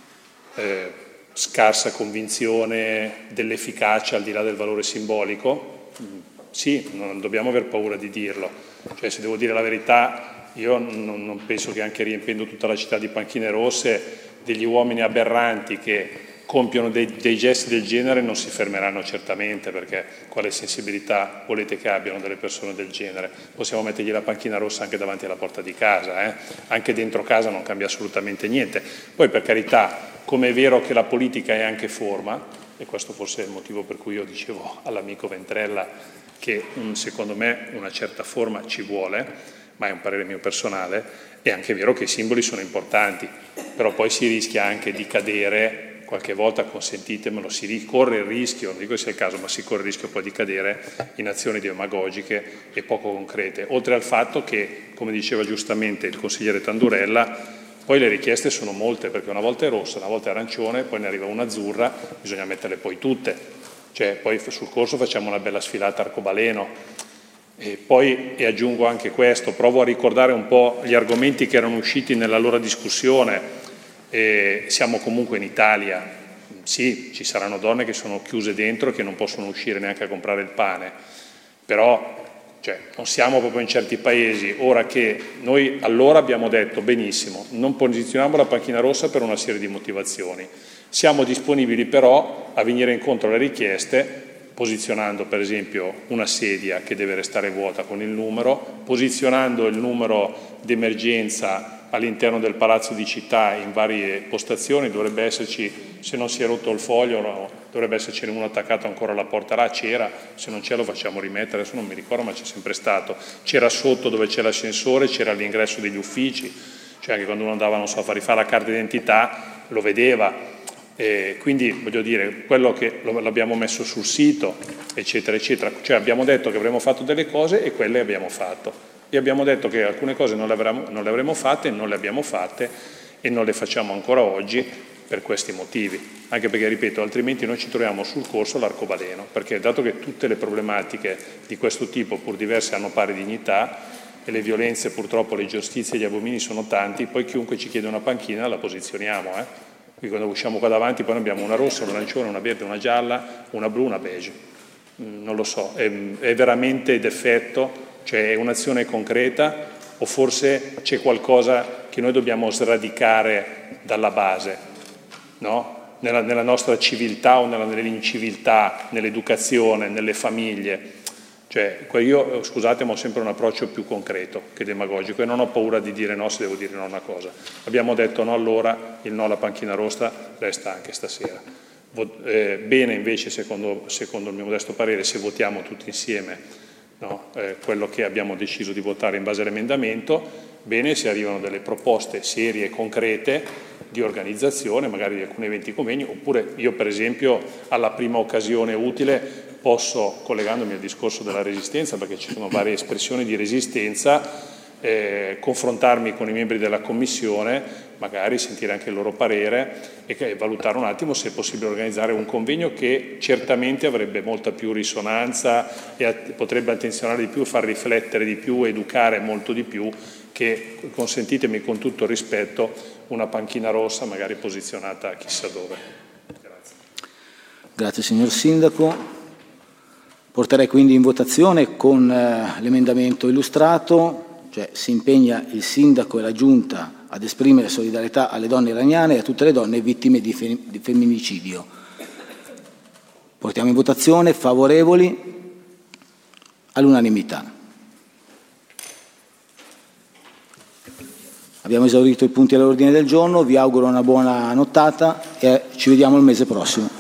Scarsa convinzione dell'efficacia al di là del valore simbolico, sì, non dobbiamo aver paura di dirlo, cioè se devo dire la verità io non penso che anche riempiendo tutta la città di panchine rosse degli uomini aberranti che compiono dei gesti del genere non si fermeranno certamente, perché quale sensibilità volete che abbiano delle persone del genere? Possiamo mettergli la panchina rossa anche davanti alla porta di casa, anche dentro casa non cambia assolutamente niente. Poi, per carità, come è vero che la politica è anche forma, e questo forse è il motivo per cui io dicevo all'amico Ventrella che secondo me una certa forma ci vuole, ma è un parere mio personale, è anche vero che i simboli sono importanti, però poi si rischia anche di cadere, qualche volta, consentitemelo, si corre il rischio, non dico sia il caso, ma si corre il rischio poi di cadere in azioni demagogiche e poco concrete, oltre al fatto che, come diceva giustamente il consigliere Tandurella, poi le richieste sono molte, perché una volta è rossa, una volta è arancione, poi ne arriva una azzurra, bisogna metterle poi tutte, cioè poi sul corso facciamo una bella sfilata arcobaleno. E poi, e aggiungo anche questo, provo a ricordare un po' gli argomenti che erano usciti nella loro discussione. Siamo comunque in Italia, sì, ci saranno donne che sono chiuse dentro e che non possono uscire neanche a comprare il pane, però non siamo proprio in certi paesi. Ora che noi allora abbiamo detto benissimo, non posizioniamo la panchina rossa per una serie di motivazioni, siamo disponibili però a venire incontro alle richieste posizionando per esempio una sedia che deve restare vuota con il numero, posizionando il numero d'emergenza all'interno del Palazzo di Città in varie postazioni. Dovrebbe esserci, se non si è rotto il foglio, dovrebbe essercene uno attaccato ancora alla porta là, c'era, se non c'è lo facciamo rimettere, adesso non mi ricordo ma c'è sempre stato, c'era sotto dove c'è l'ascensore, c'era all'ingresso degli uffici, cioè anche quando uno andava, non so, a fare la carta d'identità lo vedeva. Quindi voglio dire, quello che l'abbiamo messo sul sito, eccetera eccetera, cioè abbiamo detto che avremmo fatto delle cose e quelle abbiamo fatto, e abbiamo detto che alcune cose non le avremmo fatte, non le abbiamo fatte e non le facciamo ancora oggi per questi motivi, anche perché, ripeto, altrimenti noi ci troviamo sul corso l'arcobaleno, perché dato che tutte le problematiche di questo tipo, pur diverse, hanno pari dignità e le violenze, purtroppo, le ingiustizie e gli abomini sono tanti, poi chiunque ci chiede una panchina la posizioniamo, Quindi quando usciamo qua davanti poi abbiamo una rossa, un arancione, una verde, una gialla, una blu, una beige. Non lo so, è veramente d'effetto, cioè è un'azione concreta o forse c'è qualcosa che noi dobbiamo sradicare dalla base, no? Nella nostra civiltà o nell'inciviltà, nell'educazione, nelle famiglie. Cioè, io, scusate, ma ho sempre un approccio più concreto che demagogico e non ho paura di dire no se devo dire no a una cosa. Abbiamo detto no allora, il no alla panchina rossa resta anche stasera. Bene invece, secondo il mio modesto parere, se votiamo tutti insieme quello che abbiamo deciso di votare in base all'emendamento, bene se arrivano delle proposte serie e concrete di organizzazione, magari di alcuni eventi e convegni, oppure io per esempio alla prima occasione utile posso, collegandomi al discorso della resistenza, perché ci sono varie espressioni di resistenza, confrontarmi con i membri della Commissione, magari sentire anche il loro parere e valutare un attimo se è possibile organizzare un convegno che certamente avrebbe molta più risonanza e potrebbe attenzionare di più, far riflettere di più, educare molto di più che, consentitemi con tutto il rispetto, una panchina rossa magari posizionata chissà dove. Grazie. Grazie signor Sindaco. Porterei quindi in votazione con l'emendamento illustrato, cioè si impegna il Sindaco e la Giunta ad esprimere solidarietà alle donne iraniane e a tutte le donne vittime di femminicidio. Portiamo in votazione, favorevoli, all'unanimità. Abbiamo esaurito i punti all'ordine del giorno, vi auguro una buona nottata e ci vediamo il mese prossimo.